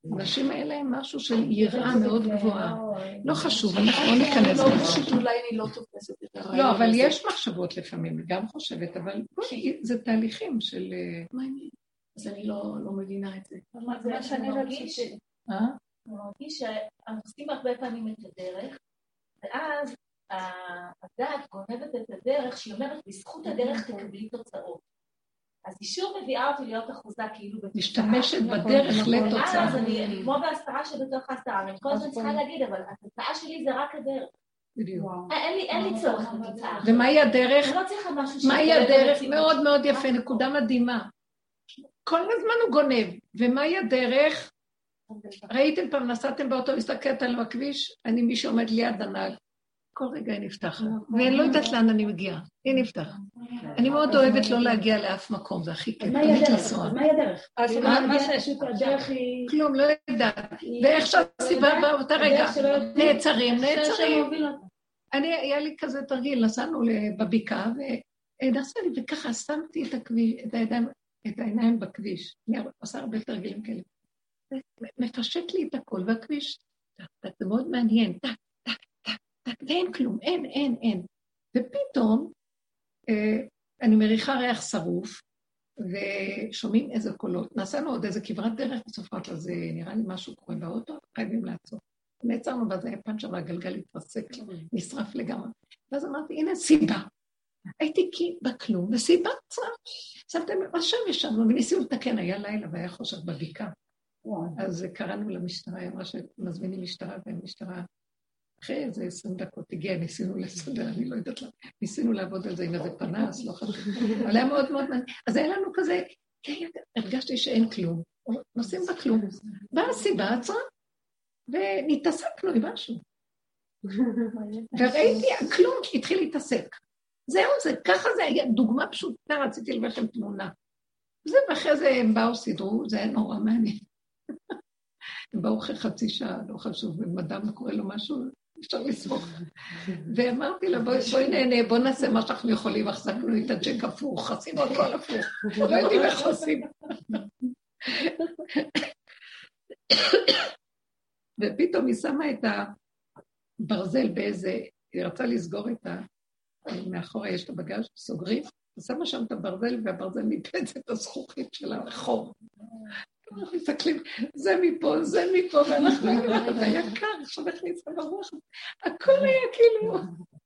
אנשים האלה הם משהו של יראה מאוד גבוהה. לא חשוב, אנחנו לא ניכנס לא, לזה. פשוט אולי אני לא תופסת את הרעיון. לא, אבל יש מחשבות לפעמים, אני גם חושבת, אבל זה תהליכים של... מה אני? אז אני לא מבינה את זה. מה שאני רציתי... אה? אני מרגיש שאנחנו עושים הרבה פעמים את הדרך, ואז הדת גונבת את הדרך, שהיא אומרת, בזכות הדרך תקבלי תוצאות. אז היא שוב מביאה אותי להיות אחוזה כאילו בתוצאה. משתמשת בדרך לתוצאה. אז אני, כמו בהסתרה שבתוך ההסתרה, אני כל הזמן צריכה להגיד, אבל התוצאה שלי זה רק הדרך. בדיוק. אין לי צורך בתוצאה. ומהי הדרך? אני לא צריכה משהו ש... מהי הדרך? מאוד מאוד יפה, נקודה מדהימה. כל הזמן הוא גונב. ומהי הדרך? ראיתם פעם, נסעתם באוטו, מסתכלת על הכביש, אני מי שעומד ליד הנהג. כל רגע היא נפתחת, ואני לא יודעת לאן אני מגיעה, היא נפתחת. אני מאוד אוהבת לא להגיע לאף מקום, זה הכי כיף. מה היא הדרך? מה היא הדרך? מה שהדרך היא... כלום, לא יודעת. ואיך שהסיבה באותה רגע, נעצרים, נעצרים. אני, היה לי כזה תרגיל, נסענו בבקעה, ונסע לי, וככה שמתי את העיניים בכביש. אני עושה הרבה תרגילים כאלה. מפשט לי את הכל, והכביש, זה מאוד מעניין, טק, טק, טק, טק, ואין כלום, אין, אין, אין. ופתאום, אה, אני מריחה ריח שרוף, ושומעים איזה קולות. נסענו עוד איזה כברת דרך בסופות, אז נראה לי משהו קורה באוטו, חייבים לעצור. נעצרנו, ואז היה פעם שם הגלגל התרסק, נשרף לגמרי. ואז אמרתי, הנה סיבה. הייתי כי בכלום, וסיבה עצרה. שמתם, אז שם ישבנו, וניסינו לתקן, היה לילה, והיה חושך בבקעה. אז קראנו למשטרה, היא אמרה שמזמינים משטרה, והמשטרה, אחרי איזה עשרים דקות הגיעה, ניסינו לסדר, אני לא יודעת לה, ניסינו לעבוד על זה עם איזה פנס, לא חשוב, אבל היה מאוד מאוד מעניין. אז היה לנו כזה, הרגשתי שאין כלום, נוסעים בכלום, והסיבה עצרה, ונתעסקנו עם משהו. וראיתי, הכלום התחיל להתעסק. זהו זה, ככה זה היה, דוגמה פשוטה, רציתי לבוא לכם תמונה. זה, ואחרי זה הם באו, סידרו, זה היה נורא מעניין. הם באו אחרי חצי שעה, לא חשוב, ומד"ם קורא לו משהו, אפשר לסמוך. ואמרתי לה, בואי נהנה, בואי נעשה מה שאנחנו יכולים, החזקנו את הג'ק הפוך, עשינו הכל הפוך, לא יודעים איך עושים. ופתאום היא שמה את הברזל באיזה, היא רצה לסגור את ה... מאחורה יש את הבגז', סוגרים, ושמה שם את הברזל, והברזל ניפץ את הזכוכית של החור. אנחנו מסתכלים, זה מפה, זה מפה, ואנחנו יודעים, זה היה קר, עכשיו הכניסה ברוח, הכל היה כאילו.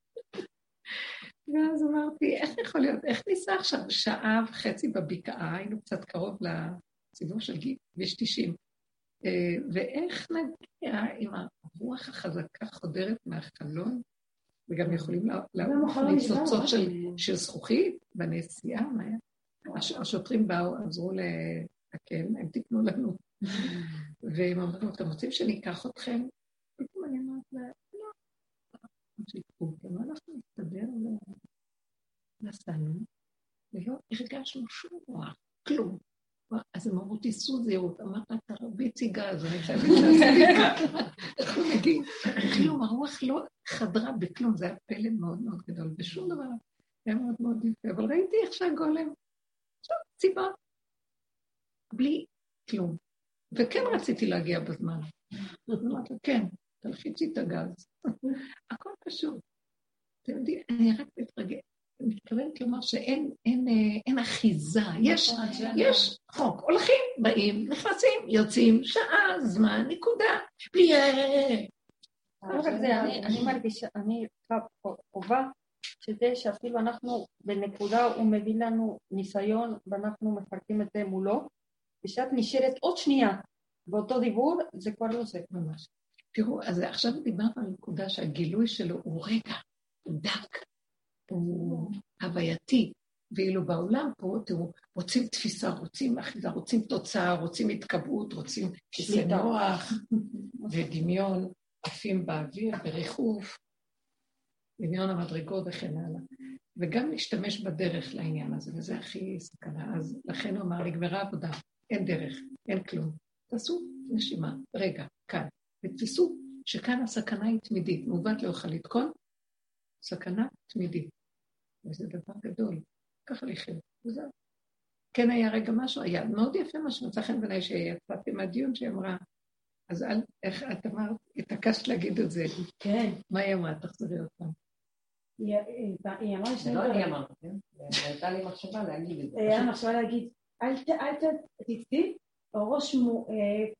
ואז אמרתי, איך יכול להיות, איך ניסה עכשיו שעה וחצי בבקעה, היינו קצת קרוב לסיבוב של כביש תשעים, ואיך נגיע עם הרוח החזקה חודרת מהחלון, וגם יכולים ניצוצות של זכוכית בנסיעה, השוטרים באו, עזרו לתקן, הם תקנו לנו, והם אמרו, אתם רוצים שניקח אתכם? פתאום אני אמרת לה, לא, אנחנו נסתדר ונסענו, ולא הרגשנו שום רוח, כלום. אז הם אמרו, תיסעו זהירות, אמרת, תרביצי גז, אני חייבת להספיק, אנחנו מגיעים. כלום, הרוח לא חדרה בכלום, זה היה פלא מאוד מאוד גדול, בשום דבר, היה מאוד מאוד יפה, אבל ראיתי איך שהגולם, עכשיו, סיבה, בלי כלום. וכן רציתי להגיע בזמן. אמרתי, כן, תלחיצי את הגז. הכל פשוט. אתם יודעים, אני רק מתרגשת. אני מתכוונת לומר שאין אין, אין אחיזה, יש, יש חוק, הולכים, באים, נכנסים, יוצאים, שעה, זמן, נקודה, בלי... אני מרגישה, אני חובה שזה שאפילו אנחנו בנקודה, הוא מביא לנו ניסיון ואנחנו מפרקים את זה מולו, ושאת נשארת עוד שנייה באותו דיבור, זה כבר לא זה ממש. תראו, אז עכשיו דיברנו על נקודה שהגילוי שלו הוא רגע, דק, הוא הווייתי, ואילו בעולם פה, תראו, רוצים תפיסה, רוצים אחיזה, רוצים תוצאה, רוצים התקבעות, רוצים כיסא נוח, ודמיון, עפים באוויר, בריחוף, דמיון המדרגות וכן הלאה. וגם להשתמש בדרך לעניין הזה, וזה הכי סכנה. אז לכן הוא אמר, נגמרה עבודה, אין דרך, אין כלום. תעשו נשימה, רגע, כאן, ותפיסו שכאן הסכנה היא תמידית, מעוות לא יוכל לתקון, סכנה תמידית. וזה דבר גדול, ככה לחיות, וזהו. כן היה רגע משהו, היה מאוד יפה מה שמצא חן בעיניי שיצאתי מהדיון, שהיא אמרה, אז איך את אמרת, התעקשת להגיד את זה. כן. מה היא אמרה? תחזרי עוד פעם. היא אמרה שני לא דברים. אני אמרתי, כן? הייתה לי מחשבה להגיד את זה. היה מחשבה להגיד, אל תצטי, או ראש מו...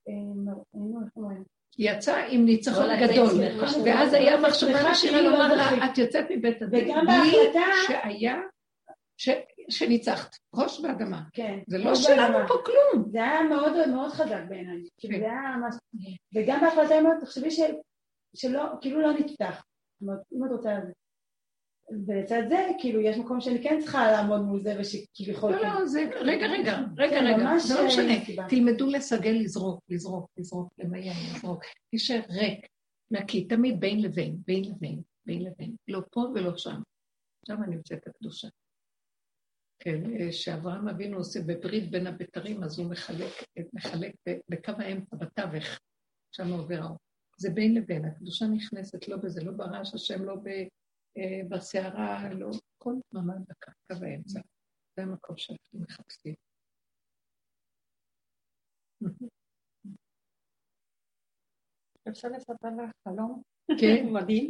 היא יצאה עם ניצחון גדול, ואז היה מחשבה לשירה לומר לה, את יוצאת מבית הדין, בלי שהיה, שניצחת, ראש באדמה. כן. זה לא שלנו פה כלום. זה היה מאוד מאוד חזק בעיניי. וגם בהחלטה היא אומרת, תחשבי שלא, כאילו לא נפתח. זאת אומרת, אם את רוצה לזה. ולצד זה, כאילו, יש מקום שאני כן צריכה לעמוד מול זה, ושכביכול... לא, לא, זה... רגע, רגע, רגע, רגע. זה לא משנה. תלמדו לסגל לזרוק, לזרוק, לזרוק, למיין, לזרוק. תשאר ריק, נקי, תמיד בין לבין, בין לבין, בין לבין. לא פה ולא שם. שם אני יוצאת הקדושה. כן, שאברהם אבינו עושה בברית בין הבתרים, אז הוא מחלק, מחלק בקו האמצע, בתווך, שם עובר האור. זה בין לבין, הקדושה נכנסת, לא בזה, לא ברעש השם, לא ב... בסערה, לא, כל ממד בקו האמצע. זה המקום שאנחנו מחפשים. אפשר לספר לך חלום? כן. מדהים.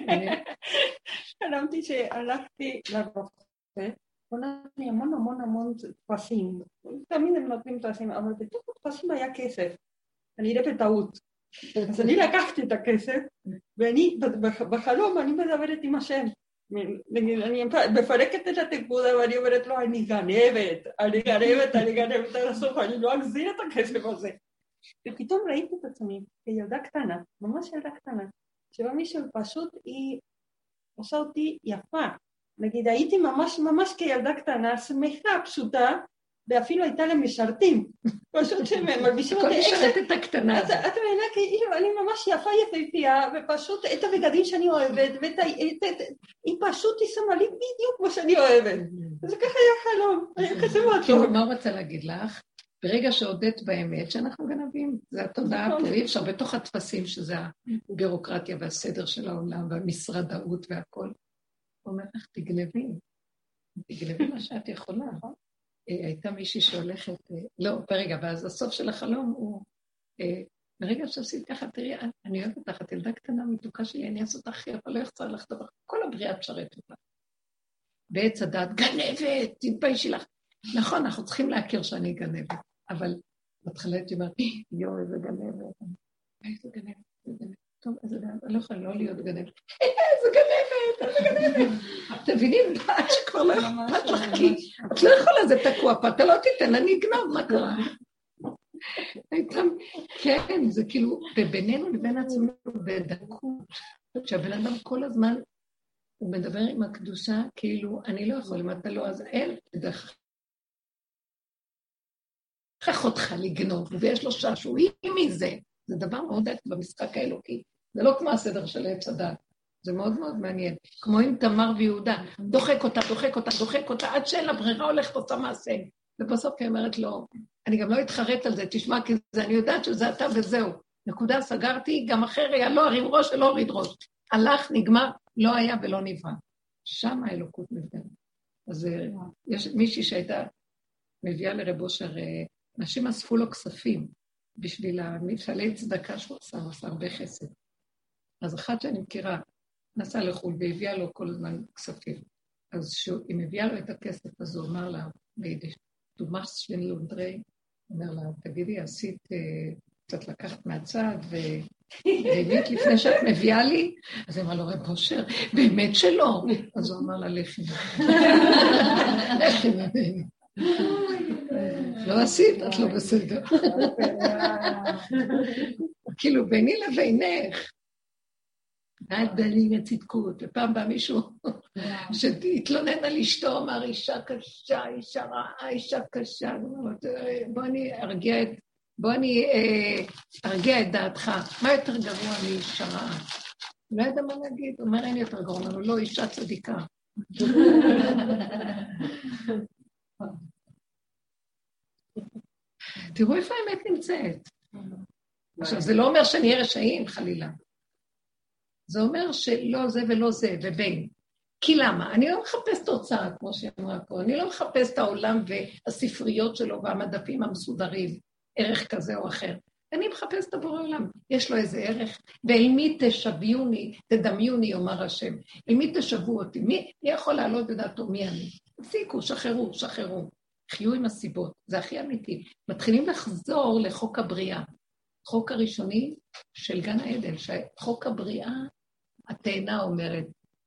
חלמתי שהלכתי לרופא, הוא נתן לי המון המון המון תפסים. תמיד הם נותנים תפסים, אבל בתוך התפסים היה כסף. אני אראה בטעות. אז אני לקחתי את הכסף, ואני, בחלום, אני מדברת עם השם. אני מפרקת את התקבודה, ואני אומרת לו, אני גנבת, אני גנבת, אני גנבת על הסוף, אני לא אגזיר את הכסף הזה. ופתאום ראיתי את עצמי כילדה קטנה, ממש ילדה קטנה, שבא מישהו פשוט, היא עושה אותי יפה. נגיד, הייתי ממש ממש כילדה קטנה, שמחה, פשוטה, ואפילו הייתה להם משרתים. פשוט שהם מרגישים אותי... כל משרתת הקטנה. את מבינה, כאילו, אני ממש יפה יפהפייה, ופשוט את הבגדים שאני אוהבת, והיא פשוט שמה לי בדיוק מה שאני אוהבת. זה ככה היה חלום, היה כזה מאוד טוב. מה הוא רצה להגיד לך? ברגע שהודית באמת, שאנחנו גנבים, זה התודעה פה, אי אפשר, בתוך התפסים, שזה הבירוקרטיה והסדר של העולם, והמשרדאות והכל. הוא אומר לך, תגנבי, תגנבי מה שאת יכולה, נכון? הייתה מישהי שהולכת, לא, ברגע, ואז הסוף של החלום הוא, ברגע שעשית ככה, תראי, אני אוהבת לך, את ילדה קטנה מתוקה שלי, אני אעשה אותך יפה, לא יחצר לך דבר, כל הבריאה תשרת אותה. בעץ הדת, גנבת, תתביישי לך. נכון, אנחנו צריכים להכיר שאני גנבת, אבל בהתחלה הייתי אומרת, יואו, איזה גנבת, איזה גנבת, איזה גנבת, טוב, איזה גנבת, אני לא יכולה לא להיות גנבת, איזה גנבת, איזה גנבת. אתם מבינים, את שכבר לא אכפת לך, כי את לא יכולה, זה תקוע פה, אתה לא תיתן, אני אגנוב, מה קרה? כן, זה כאילו, ובינינו לבין עצמנו בדקות, שהבן אדם כל הזמן, הוא מדבר עם הקדושה, כאילו, אני לא יכול, אם אתה לא, אז אין, דרך איך אותך לגנוב, ויש לו שעשועים מזה. זה דבר מאוד עד במשחק האלוקי. זה לא כמו הסדר של עץ הדת. זה מאוד מאוד מעניין. כמו עם תמר ויהודה. דוחק אותה, דוחק אותה, דוחק אותה, עד שאין לה ברירה הולכת אותה מעשה. ובסוף היא אומרת לו, אני גם לא אתחרט על זה, תשמע, כי זה, אני יודעת שזה אתה וזהו. נקודה, סגרתי, גם אחר היה לא הרים ראש ולא הוריד ראש. הלך, נגמר, לא היה ולא נברא. שם האלוקות נבדלת. אז יש מישהי שהייתה מביאה לרב אושר, אנשים אספו לו כספים בשביל המפעלי צדקה שהוא עשה, הוא עשה הרבה חסד. אז אחת שאני מכירה, נסעה לחול והביאה לו כל הזמן כספים. אז היא מביאה לו את הכסף, אז הוא אמר לה, ביידיש, du machst Schwindel אומר לה, תגידי, עשית קצת לקחת מהצד, ובאמת לפני שאת מביאה לי, אז היא אמרה לו, רב אושר, באמת שלא. אז הוא אמר לה, לכי. לכי נבין. לא עשית, את לא בסדר. כאילו, ביני לבינך, את בעלי הצדקות, ופעם בא מישהו שהתלונן על אשתו, אמר, אישה קשה, אישה רעה, אישה קשה, בוא אני ארגיע את, בוא אני ארגיע את דעתך, מה יותר גרוע מאישה רעה? לא יודע מה להגיד, הוא אומר, אין יותר גרוע, אבל לא, אישה צדיקה. תראו איפה האמת נמצאת. עכשיו, זה לא אומר שאני אהיה רשעים, חלילה. זה אומר שלא זה ולא זה, ובין. כי למה? אני לא מחפש תוצאה, כמו שהיא אמרה פה. אני לא מחפש את העולם והספריות שלו והמדפים המסודרים, ערך כזה או אחר. אני מחפש את הבורא עולם. יש לו איזה ערך, ואל מי תשביוני, תדמיוני, אומר השם. אל מי תשבו אותי? מי, מי יכול לעלות בדעתו? מי אני? תפסיקו, שחררו, שחררו. חיו עם הסיבות, זה הכי אמיתי. מתחילים לחזור לחוק הבריאה. חוק הראשוני של גן העדן, שחוק הבריאה, התאנה אומרת,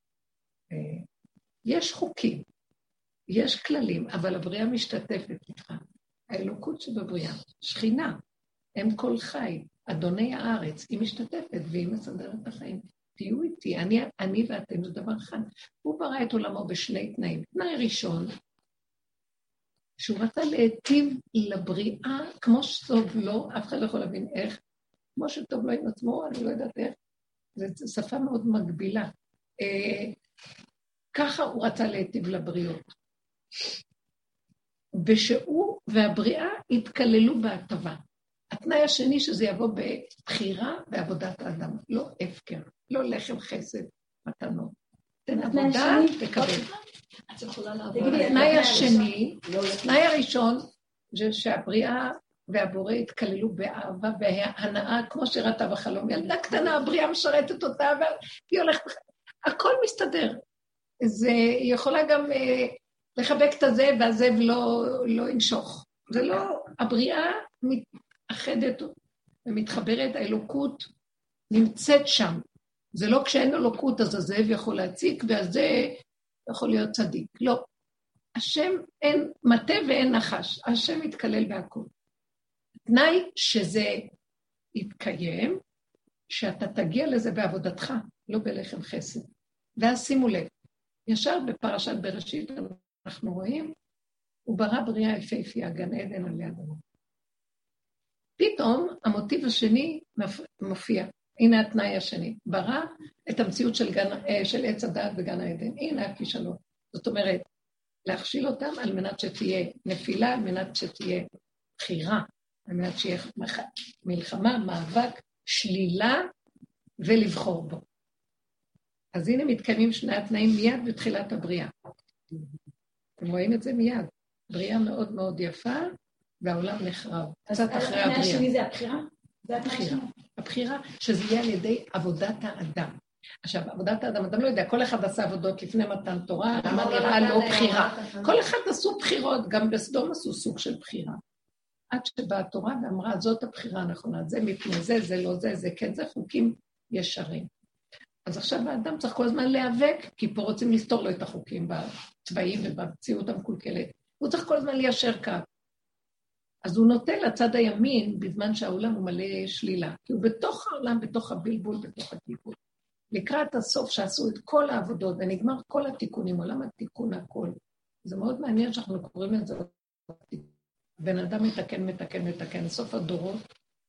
יש חוקים, יש כללים, אבל הבריאה משתתפת איתך. האלוקות שבבריאה, שכינה, הם כל חי, אדוני הארץ, היא משתתפת והיא מסדרת את החיים. תהיו איתי, אני, אני ואתם זה דבר אחד. הוא ברא את עולמו בשני תנאים. תנאי ראשון, שהוא רצה להיטיב לבריאה, כמו שטוב לו, אף אחד לא יכול להבין איך, כמו שטוב לו עם עצמו, אני לא יודעת איך, זו שפה מאוד מגבילה. אה, ככה הוא רצה להיטיב לבריות. ושהוא והבריאה התקללו בהטבה. התנאי השני שזה יבוא בבחירה בעבודת האדם, לא הפקר, לא לחם חסד, מתנות. תן עבודה, תקבל. את יכולה לעבוד. התנאי השני, התנאי הראשון, זה שהבריאה והבורא התקללו באהבה והנאה, כמו שראתה בחלום. ילדה קטנה, הבריאה משרתת אותה, והיא הולכת, הכל מסתדר. זה יכולה גם לחבק את הזאב, והזאב לא, לא ינשוך. זה לא, הבריאה מתאחדת ומתחברת, האלוקות נמצאת שם. זה לא כשאין אלוקות, אז הזאב יכול להציק, והזה יכול להיות צדיק. לא. השם אין מטה ואין נחש. השם מתקלל בהכל. תנאי שזה יתקיים, שאתה תגיע לזה בעבודתך, לא בלחם חסד. ואז שימו לב, ישר בפרשת בראשית אנחנו רואים, הוא ברא בריאה יפהפייה, גן עדן עלי אדמה. פתאום המוטיב השני מופיע. הנה התנאי השני. ברא את המציאות של, גן, של עץ הדעת בגן העדן. הנה הכישלון. זאת אומרת, להכשיל אותם על מנת שתהיה נפילה, על מנת שתהיה בחירה, על מנת שיהיה מלחמה, מאבק, שלילה ולבחור בו. אז הנה מתקיימים שני התנאים מיד בתחילת הבריאה. אתם רואים את זה מיד. בריאה מאוד מאוד יפה, והעולם נחרב. קצת אחרי הבריאה. התנאי השני זה הבחירה? זה הבחירה. הבחירה שזה יהיה על ידי עבודת האדם. עכשיו, עבודת האדם, אדם לא יודע, כל אחד עשה עבודות לפני מתן תורה, למה נראה לו בחירה. כל אחד עשו בחירות, גם בסדום עשו סוג של בחירה. עד שבאה התורה ואמרה, זאת הבחירה הנכונה, זה מפני זה, זה לא זה, זה כן, זה חוקים ישרים. אז עכשיו האדם צריך כל הזמן להיאבק, כי פה רוצים לסתור לו את החוקים בצבעים ובמציאות המקולקלת. הוא צריך כל הזמן ליישר קו. אז הוא נוטה לצד הימין בזמן שהעולם הוא מלא שלילה, כי הוא בתוך העולם, בתוך הבלבול, בתוך הטיפול. לקראת הסוף שעשו את כל העבודות, ונגמר כל התיקונים, עולם התיקון הכל. זה מאוד מעניין שאנחנו קוראים את זה. בן אדם מתקן, מתקן, מתקן, סוף הדורות,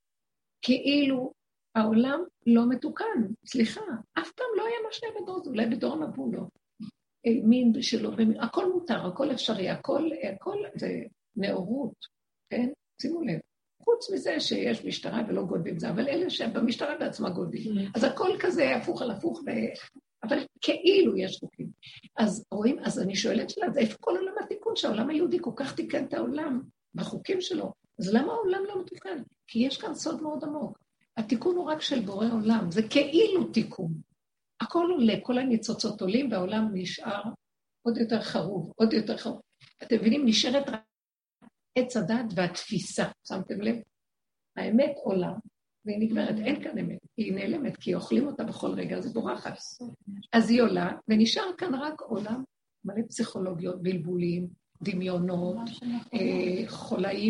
כאילו העולם לא מתוקן, סליחה, אף פעם לא היה מה שהיה בדורות, אולי בדור המבוא לא. מין שלו, הכל מותר, הכל אפשרי, הכל, הכל זה נאורות, כן? שימו לב. חוץ מזה שיש משטרה ולא גודבים זה, אבל אלה שבמשטרה בעצמה גודבים. אז הכל כזה הפוך על הפוך, ו... אבל כאילו יש חוקים. אז רואים, אז אני שואלת שלה, זה איפה כל עולם התיקון, שהעולם היהודי כל כך תיקן את העולם בחוקים שלו. אז למה העולם לא מתוקן? כי יש כאן סוד מאוד עמוק. התיקון הוא רק של בורא עולם, זה כאילו תיקון. הכל עולה, כל הניצוצות עולים, והעולם נשאר עוד יותר חרוב, עוד יותר חרוב. אתם מבינים, נשארת רק עץ הדת והתפיסה, שמתם לב? האמת עולה, והיא נגמרת, אין כאן אמת, היא נעלמת, כי אוכלים אותה בכל רגע, זה בורחת. אז היא עולה, ונשאר כאן רק עולם מלא פסיכולוגיות, בלבולים, דמיונות, חולאים,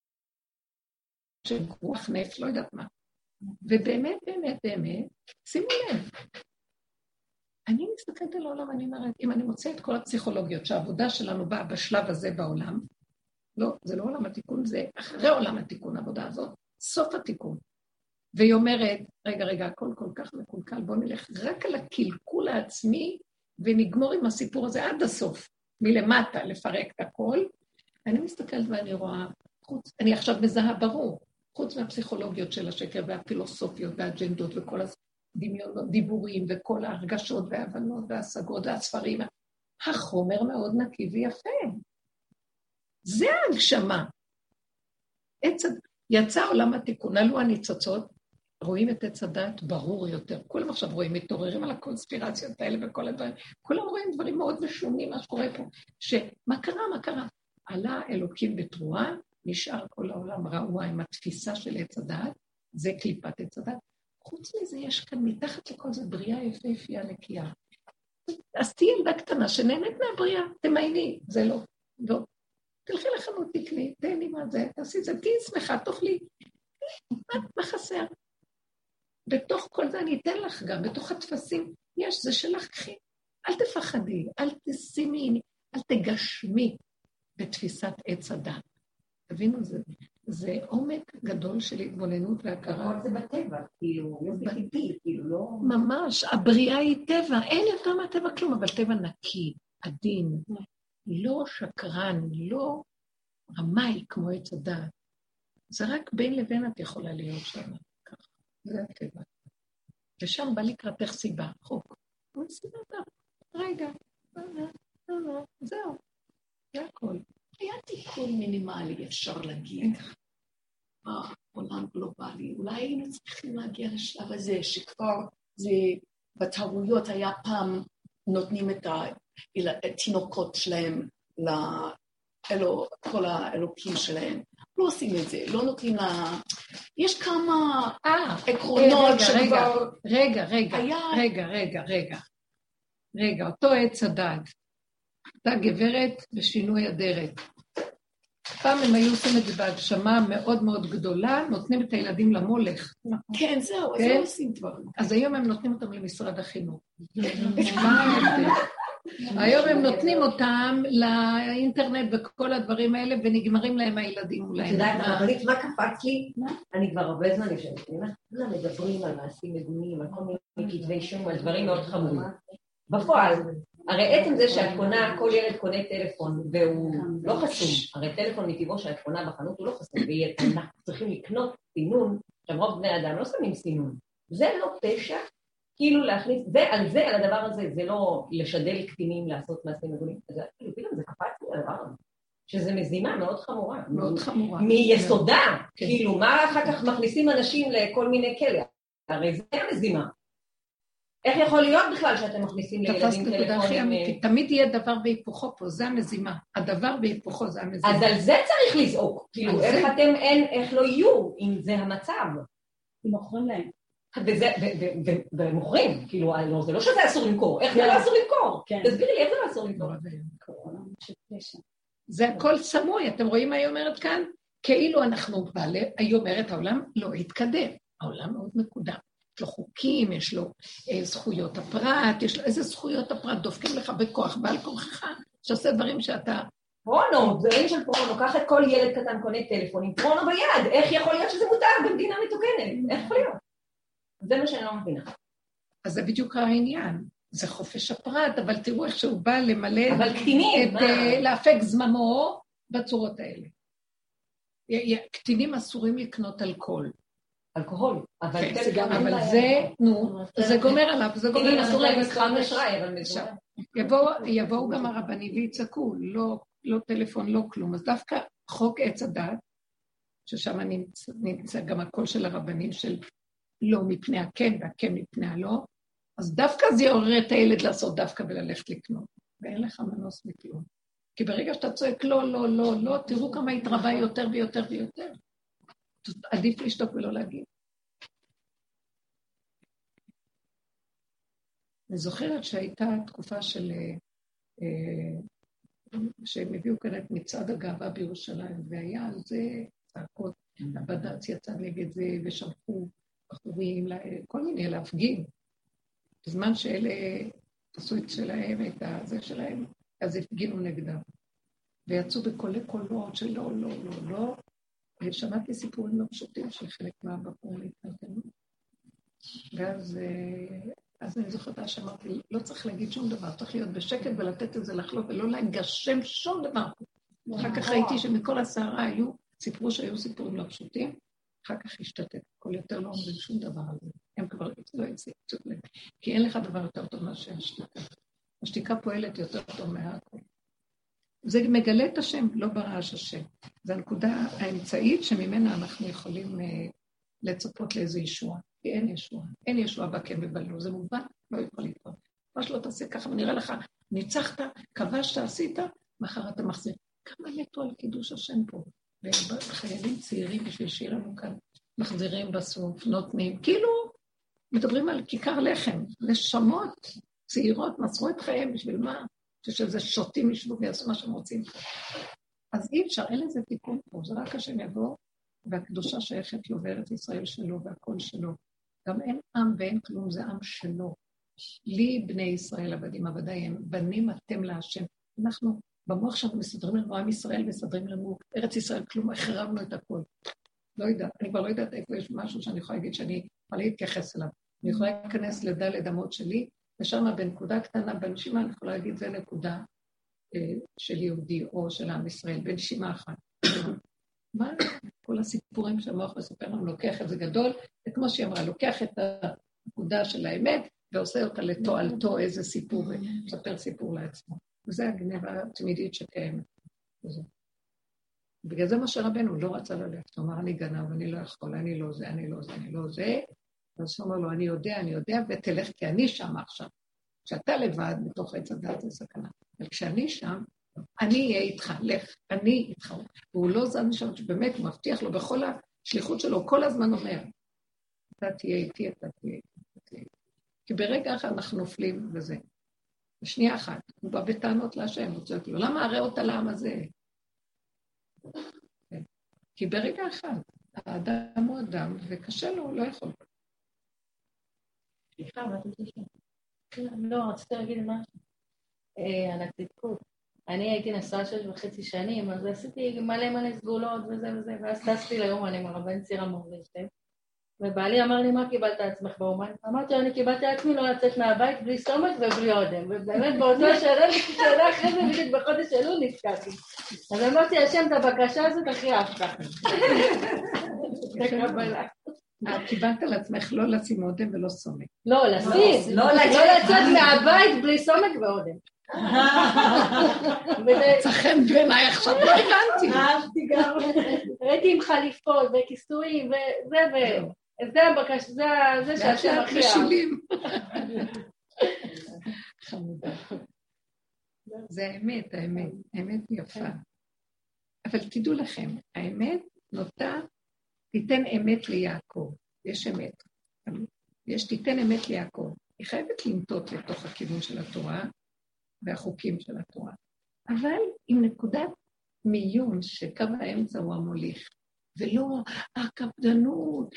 של רוח נפט, לא יודעת מה. ובאמת, באמת, באמת, שימו לב, אני מסתכלת על העולם, אני אומרת, אם אני מוצא את כל הפסיכולוגיות, שהעבודה שלנו באה בשלב הזה בעולם, לא, זה לא עולם התיקון, זה אחרי עולם התיקון, העבודה הזאת, סוף התיקון. והיא אומרת, רגע, רגע, הכל כל כך מקולקל, בואו נלך רק על הקלקול העצמי, ונגמור עם הסיפור הזה עד הסוף, מלמטה, לפרק את הכל. אני מסתכלת ואני רואה, חוץ, אני עכשיו מזהה ברור, חוץ מהפסיכולוגיות של השקר והפילוסופיות והאג'נדות וכל הדמיונות, דיבורים וכל ההרגשות וההבנות וההשגות והספרים, החומר מאוד נקי ויפה. זה ההגשמה. יצא עולם התיקון, עלו הניצוצות, רואים את עץ הדת ברור יותר. כולם עכשיו רואים, מתעוררים על הקונספירציות האלה וכל הדברים. כולם רואים דברים מאוד משונים, מה שקורה פה. שמה קרה, מה קרה? עלה אלוקים בתרועה, נשאר כל העולם רעוע עם התפיסה של עץ הדת, זה קליפת עץ הדת. חוץ מזה יש כאן מתחת לכל זה בריאה יפהפייה נקייה. אז תהי ילדה קטנה שנהנית מהבריאה, תמייני, זה לא, לא. תלכי לחנות, תקני, תהני מה זה, תעשי זה, תהי שמחה, תאכלי. מה חסר? בתוך כל זה אני אתן לך גם, בתוך התפסים, יש, זה שלך, קחי. אל תפחדי, אל תשימי, אל תגשמי בתפיסת עץ הדת. תבינו, זה, זה עומק גדול של התבוננות והכרה. הכל זה בטבע, כאילו, לא בטבעי, כאילו, לא... ממש, הבריאה היא טבע, אין יותר מהטבע כלום, אבל טבע נקי, עדין, לא שקרן, לא רמאי כמו עץ הדת. זה רק בין לבין את יכולה להיות שם. זה הטבע. ושם בא לקראתך סיבה, חוק. הוא סיבה, רגע, זהו, זה הכל. היה תיקון מינימלי, אפשר להגיד, בעולם גלובלי. אולי היינו צריכים להגיע לשלב הזה, שכבר זה, בתרבויות היה פעם נותנים את התינוקות שלהם לכל האלוקים שלהם. לא עושים את זה, לא נותנים לה... יש כמה עקרונות שכבר... רגע, רגע, רגע, רגע, רגע. רגע, אותו עץ הדג. אותה גברת בשינוי אדרת. פעם הם היו עושים את זה בהגשמה מאוד מאוד גדולה, נותנים את הילדים למולך. כן, זהו, אז לא עושים דברים. אז היום הם נותנים אותם למשרד החינוך. מה ההבדל? היום הם נותנים אותם לאינטרנט וכל הדברים האלה, ונגמרים להם הילדים אולי. את יודעת, הרבנית, מה קפץ לי? אני כבר הרבה זמן יושבת. אנחנו מדברים על מעשים מגונים, על כל מיני כתבי שום, על דברים מאוד חמורים. בפועל, הרי עצם זה שאת קונה, כל ילד קונה טלפון, והוא לא חסום. הרי טלפון מטבעו שאת קונה בחנות הוא לא חסום, ואנחנו צריכים לקנות סינון, שרוב בני אדם לא שמים סינון. זה לא פשע, כאילו להכניס, זה על זה, על הדבר הזה, זה לא לשדל קטינים לעשות מעשים מגונים. זה כאילו, פתאום זה קפץ לי הדבר הזה. שזה מזימה מאוד חמורה. מאוד חמורה. מיסודה, כאילו, מה אחר כך מכניסים אנשים לכל מיני כלא? הרי זה המזימה. איך יכול להיות בכלל שאתם מכניסים לילדים טלפונים? תמיד יהיה דבר בהיפוכו פה, זה המזימה. הדבר בהיפוכו זה המזימה. אז על זה צריך לזעוק. כאילו, איך אתם, אין, איך לא יהיו, אם זה המצב. אם מוכרים להם. ומוכרים, כאילו, זה לא שזה אסור למכור. איך זה לא אסור למכור? תסבירי לי, איך זה לא אסור למכור? זה הכל סמוי, אתם רואים מה היא אומרת כאן? כאילו אנחנו בעלי, היא אומרת, העולם לא התקדם. העולם מאוד מקודם. יש לו חוקים, יש לו אה, זכויות הפרט, יש לו איזה זכויות הפרט, דופקים לך בכוח, בעל כוחך, שעושה דברים שאתה... פרונו, דברים של פרונו, קח את כל ילד קטן קונה טלפון עם פרונו ביד, איך יכול להיות שזה מותר במדינה מתוקנת? איך יכול להיות? זה מה שאני לא מבינה. אז זה בדיוק העניין, זה חופש הפרט, אבל תראו איך שהוא בא למלא... אבל קטינים, מה? להפק זממו בצורות האלה. קטינים אסורים לקנות אלכוהול. אלכוהול, אבל כן, זה גם, אבל זה, נו, זה גומר עליו, זה גומר עליו. אסור להם מסחר אשראי, אבל מזוהה. יבואו גם הרבנים ויצעקו, לא טלפון, לא כלום. אז דווקא חוק עץ הדת, ששם נמצא גם הקול של הרבנים של לא מפני הכן והכן מפני הלא, אז דווקא זה יעורר את הילד לעשות דווקא וללכת לקנות. ואין לך מנוס מכלום. כי ברגע שאתה צועק לא, לא, לא, לא, תראו כמה התרבה יותר ויותר ויותר. עדיף לשתוק ולא להגיד. אני זוכרת שהייתה תקופה של... שהם הביאו כאן את מצעד הגאווה בירושלים, והיה על זה צעקות, הבד"ץ יצא נגד זה, ושלחו בחורים, כל מיני להפגין. בזמן שאלה עשו את שלהם, את הזה שלהם, אז הפגינו נגדם. ויצאו בקולי קולות של לא, לא, לא, לא, ושמעתי סיפורים לא פשוטים של חלק מהבחורים להתנתנו. ואז אז אני זוכרתה שאמרתי, לא צריך להגיד שום דבר, צריך להיות בשקט ולתת את זה לחלוף, ולא להגשם שום דבר. אחר כך ראיתי שמכל הסערה היו, סיפרו שהיו סיפורים לא פשוטים, אחר כך השתתף, כל יותר לא אומרים שום דבר על זה. הם כבר לא יצאו להם, כי אין לך דבר יותר טוב מאשר השתיקה. השתיקה פועלת יותר טוב מהכל. זה מגלה את השם, לא ברעש השם. זו הנקודה האמצעית שממנה אנחנו יכולים לצפות לאיזו ישועה. כי אין ישועה. אין ישועה בקם ובלו. זה מובן, לא יכול לקרות. מה שלא תעשה ככה, ונראה לך, ניצחת, כבשת, עשית, מחר אתה מחזיר. כמה מתו על קידוש השם פה? וחיילים צעירים בשביל שיהיה לנו כאן, מחזירים בסוף, נותנים, כאילו מדברים על כיכר לחם, נשמות צעירות, מסרו את חייהם בשביל מה? שזה שוטים ישבו ויעשו מה שהם רוצים. אז אי אפשר, אין לזה תיקון פה, זה רק השם יבוא, והקדושה שייכת לו בארץ ישראל שלו והכל שלו. גם אין עם ואין כלום, זה עם שלו. לי בני ישראל עבדים, עבדי הם בנים אתם להשם. אנחנו במוח שאנחנו מסדרים לנו עם ישראל, מסדרים לנו ארץ ישראל, כלום, החרבנו את הכל. לא יודעת, אני כבר לא יודעת איפה יש משהו שאני יכולה להגיד שאני יכולה להתייחס אליו. אני יכולה להיכנס לדלת אמות שלי, ושם בנקודה קטנה, בנשימה, אני יכולה להגיד, זה נקודה אה, של יהודי או של עם ישראל, בנשימה אחת. מה? כל הסיפורים שהמוח מספר לנו, לוקח את זה גדול, וכמו שהיא אמרה, לוקח את הנקודה של האמת, ועושה אותה לתועלתו איזה סיפור, ומספר סיפור לעצמו. וזה הגניבה התמידית שקיימת. בגלל זה משה רבנו לא רצה ללכת, הוא אמר, אני גנב, אני לא יכול, אני לא זה, אני לא זה, אני לא זה, אז הוא אומר לו, אני יודע, אני יודע, ותלך, כי אני שם עכשיו. כשאתה לבד, בתוך עץ הדת זה סכנה. אבל כשאני שם, אני אהיה איתך, לך, אני איתך. והוא לא זן שם, שבאמת הוא מבטיח לו בכל השליחות שלו, כל הזמן אומר, אתה תהיה איתי, אתה תהיה איתי. כי ברגע אחד אנחנו נופלים בזה. בשנייה אחת, הוא בא בטענות להשם, הוא צועק לו, למה הרי אותה לעם הזה? כי ברגע אחד, האדם הוא אדם, וקשה לו, הוא לא יכול. סליחה, מה אתה חושב? לא, רציתי להגיד משהו. על הצדקות. אני הייתי נשואה שש וחצי שנים, אז עשיתי מלא מלא סגולות וזה וזה, ואז טסתי ליום אני עם הרבן ציר המורשת, ובעלי אמר לי, מה קיבלת עצמך באומן? אמרתי, אני קיבלתי עצמי לא לצאת מהבית בלי סומק ובלי אודם, ובאמת באותו שנה, שנה אחרי זה, בדיוק בחודש אלול נתקעתי. אז אמרתי, השם, את הבקשה הזאת הכי אהבת. זה קבלה. קיבלת על עצמך לא לשים אודם ולא סומק. לא, לשים, לא לצאת מהבית בלי סומק ואודם. צחן בעיניי עכשיו, לא הבנתי. אהבתי גם. ראיתי עם חליפות וכיסויים וזה וזה הבקש, זה שהשם הכי אהב. חמודה. זה האמת, האמת, האמת יפה. אבל תדעו לכם, האמת נוטה, תיתן אמת ליעקב. יש אמת. יש תיתן אמת ליעקב. היא חייבת לנטות לתוך הכיוון של התורה, והחוקים של התורה. אבל עם נקודת מיון שקו האמצע הוא המוליך, ולא הקפדנות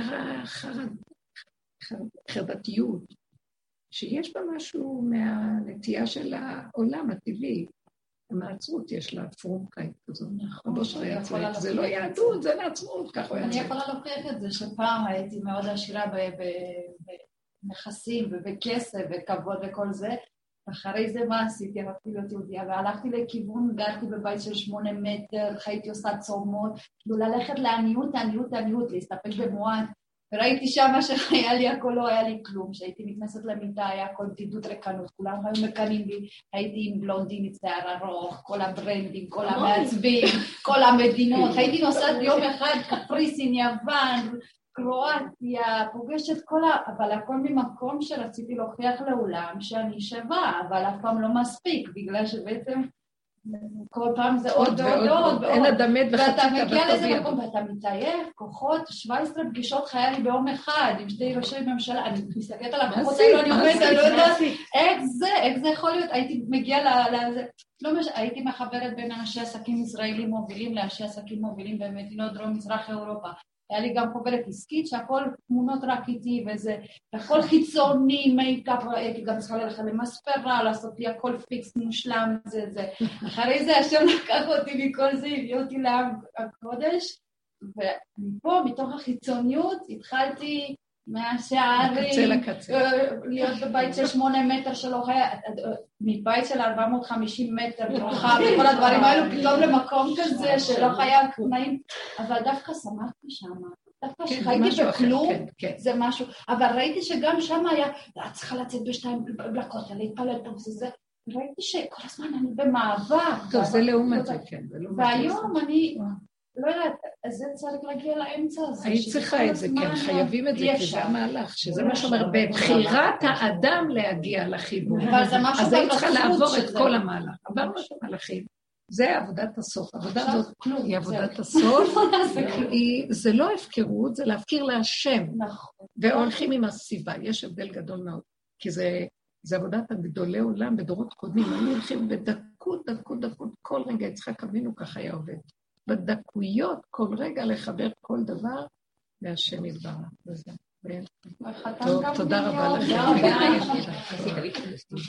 והחרדתיות, שיש בה משהו מהנטייה של העולם הטבעי. המעצרות יש לה פרומקאית כזו. רבו שרי עצמאית, זה לא יהדות, זה לעצמאות, כך הוא יצא. אני יכולה להוכיח את זה, שפעם הייתי מאוד עשירה בנכסים ובכסף וכבוד וכל זה, אחרי זה מה עשיתי? הפכתי להיות יהודיה, והלכתי לכיוון, גרתי בבית של שמונה מטר, חייתי עושה צומות, כאילו ללכת לעניות, עניות, עניות, להסתפק במועט, וראיתי שמה שהיה לי הכל לא היה לי כלום, שהייתי מתנסות למיטה, היה הכל בדידות רקנות, כולם היו מקנים בי, הייתי עם בלונדינית שיער ארוך, כל הברנדים, כל המעצבים, כל המדינות, הייתי נוסעת יום אחד, קפריסין, יוון, קרואטיה, פוגשת כל ה... אבל הכל ממקום שרציתי להוכיח לעולם שאני שווה, אבל אף פעם לא מספיק, בגלל שבעצם כל פעם זה עוד ועוד ועוד, אין אדמת וחצית, ואתה מגיע לזה מקום, ואתה מתעייף, כוחות, שבע עשרה פגישות חיה לי ביום אחד, עם שתי ראשי ממשלה, אני מסתכלת על הכוחות האלו, אני עומדת, אני לא יודעת, איך זה, איך זה יכול להיות, הייתי מגיעה לזה, לא משנה, הייתי מחברת בין אנשי עסקים ישראלים מובילים לאנשי עסקים מובילים במדינות דרום מזרח אירופה, היה לי גם חוברת עסקית שהכל תמונות רק איתי וזה, הכל חיצוני, מייקאפ, הייתי גם צריכה ללכת למספרה, לעשות לי הכל פיקס מושלם, זה זה. אחרי זה השם לקח אותי מכל זה, הביא אותי לעם הקודש, ומפה, מתוך החיצוניות, התחלתי מהשערים, להיות בבית של שמונה מטר שלא היה, מבית של ארבע מאות וחמישים מטר, ברכה, וכל הדברים האלו, פתאום למקום כזה שלא היה תנאים, אבל דווקא שמחתי שם, דווקא שחייתי בכלום, זה משהו, אבל ראיתי שגם שם היה, צריכה לצאת בשתיים בלקות, להתפלל פה וזה, ראיתי שכל הזמן אני במאבק. טוב, זה לעומת זה, כן. והיום אני, לא יודעת, אז זה צריך להגיע לאמצע הזה. היית צריכה את זה, כן, חייבים את זה, כי זה המהלך, שזה מה שאומר, בבחירת האדם להגיע לחיבור. אז היית צריכה לעבור את כל המהלך. עברנו את המהלכים. זה עבודת הסוף. עבודה הזאת היא עבודת הסוף. זה לא הפקרות, זה להפקיר להשם. והולכים עם הסיבה. יש הבדל גדול מאוד. כי זה עבודת הגדולי עולם בדורות קודמים. היו הולכים בדקות, דקות, דקות. כל רגע יצחק אבינו ככה היה עובד. בדקויות, כל רגע לחבר כל דבר, והשם יתברך. וזה. טוב, תודה רבה לכם.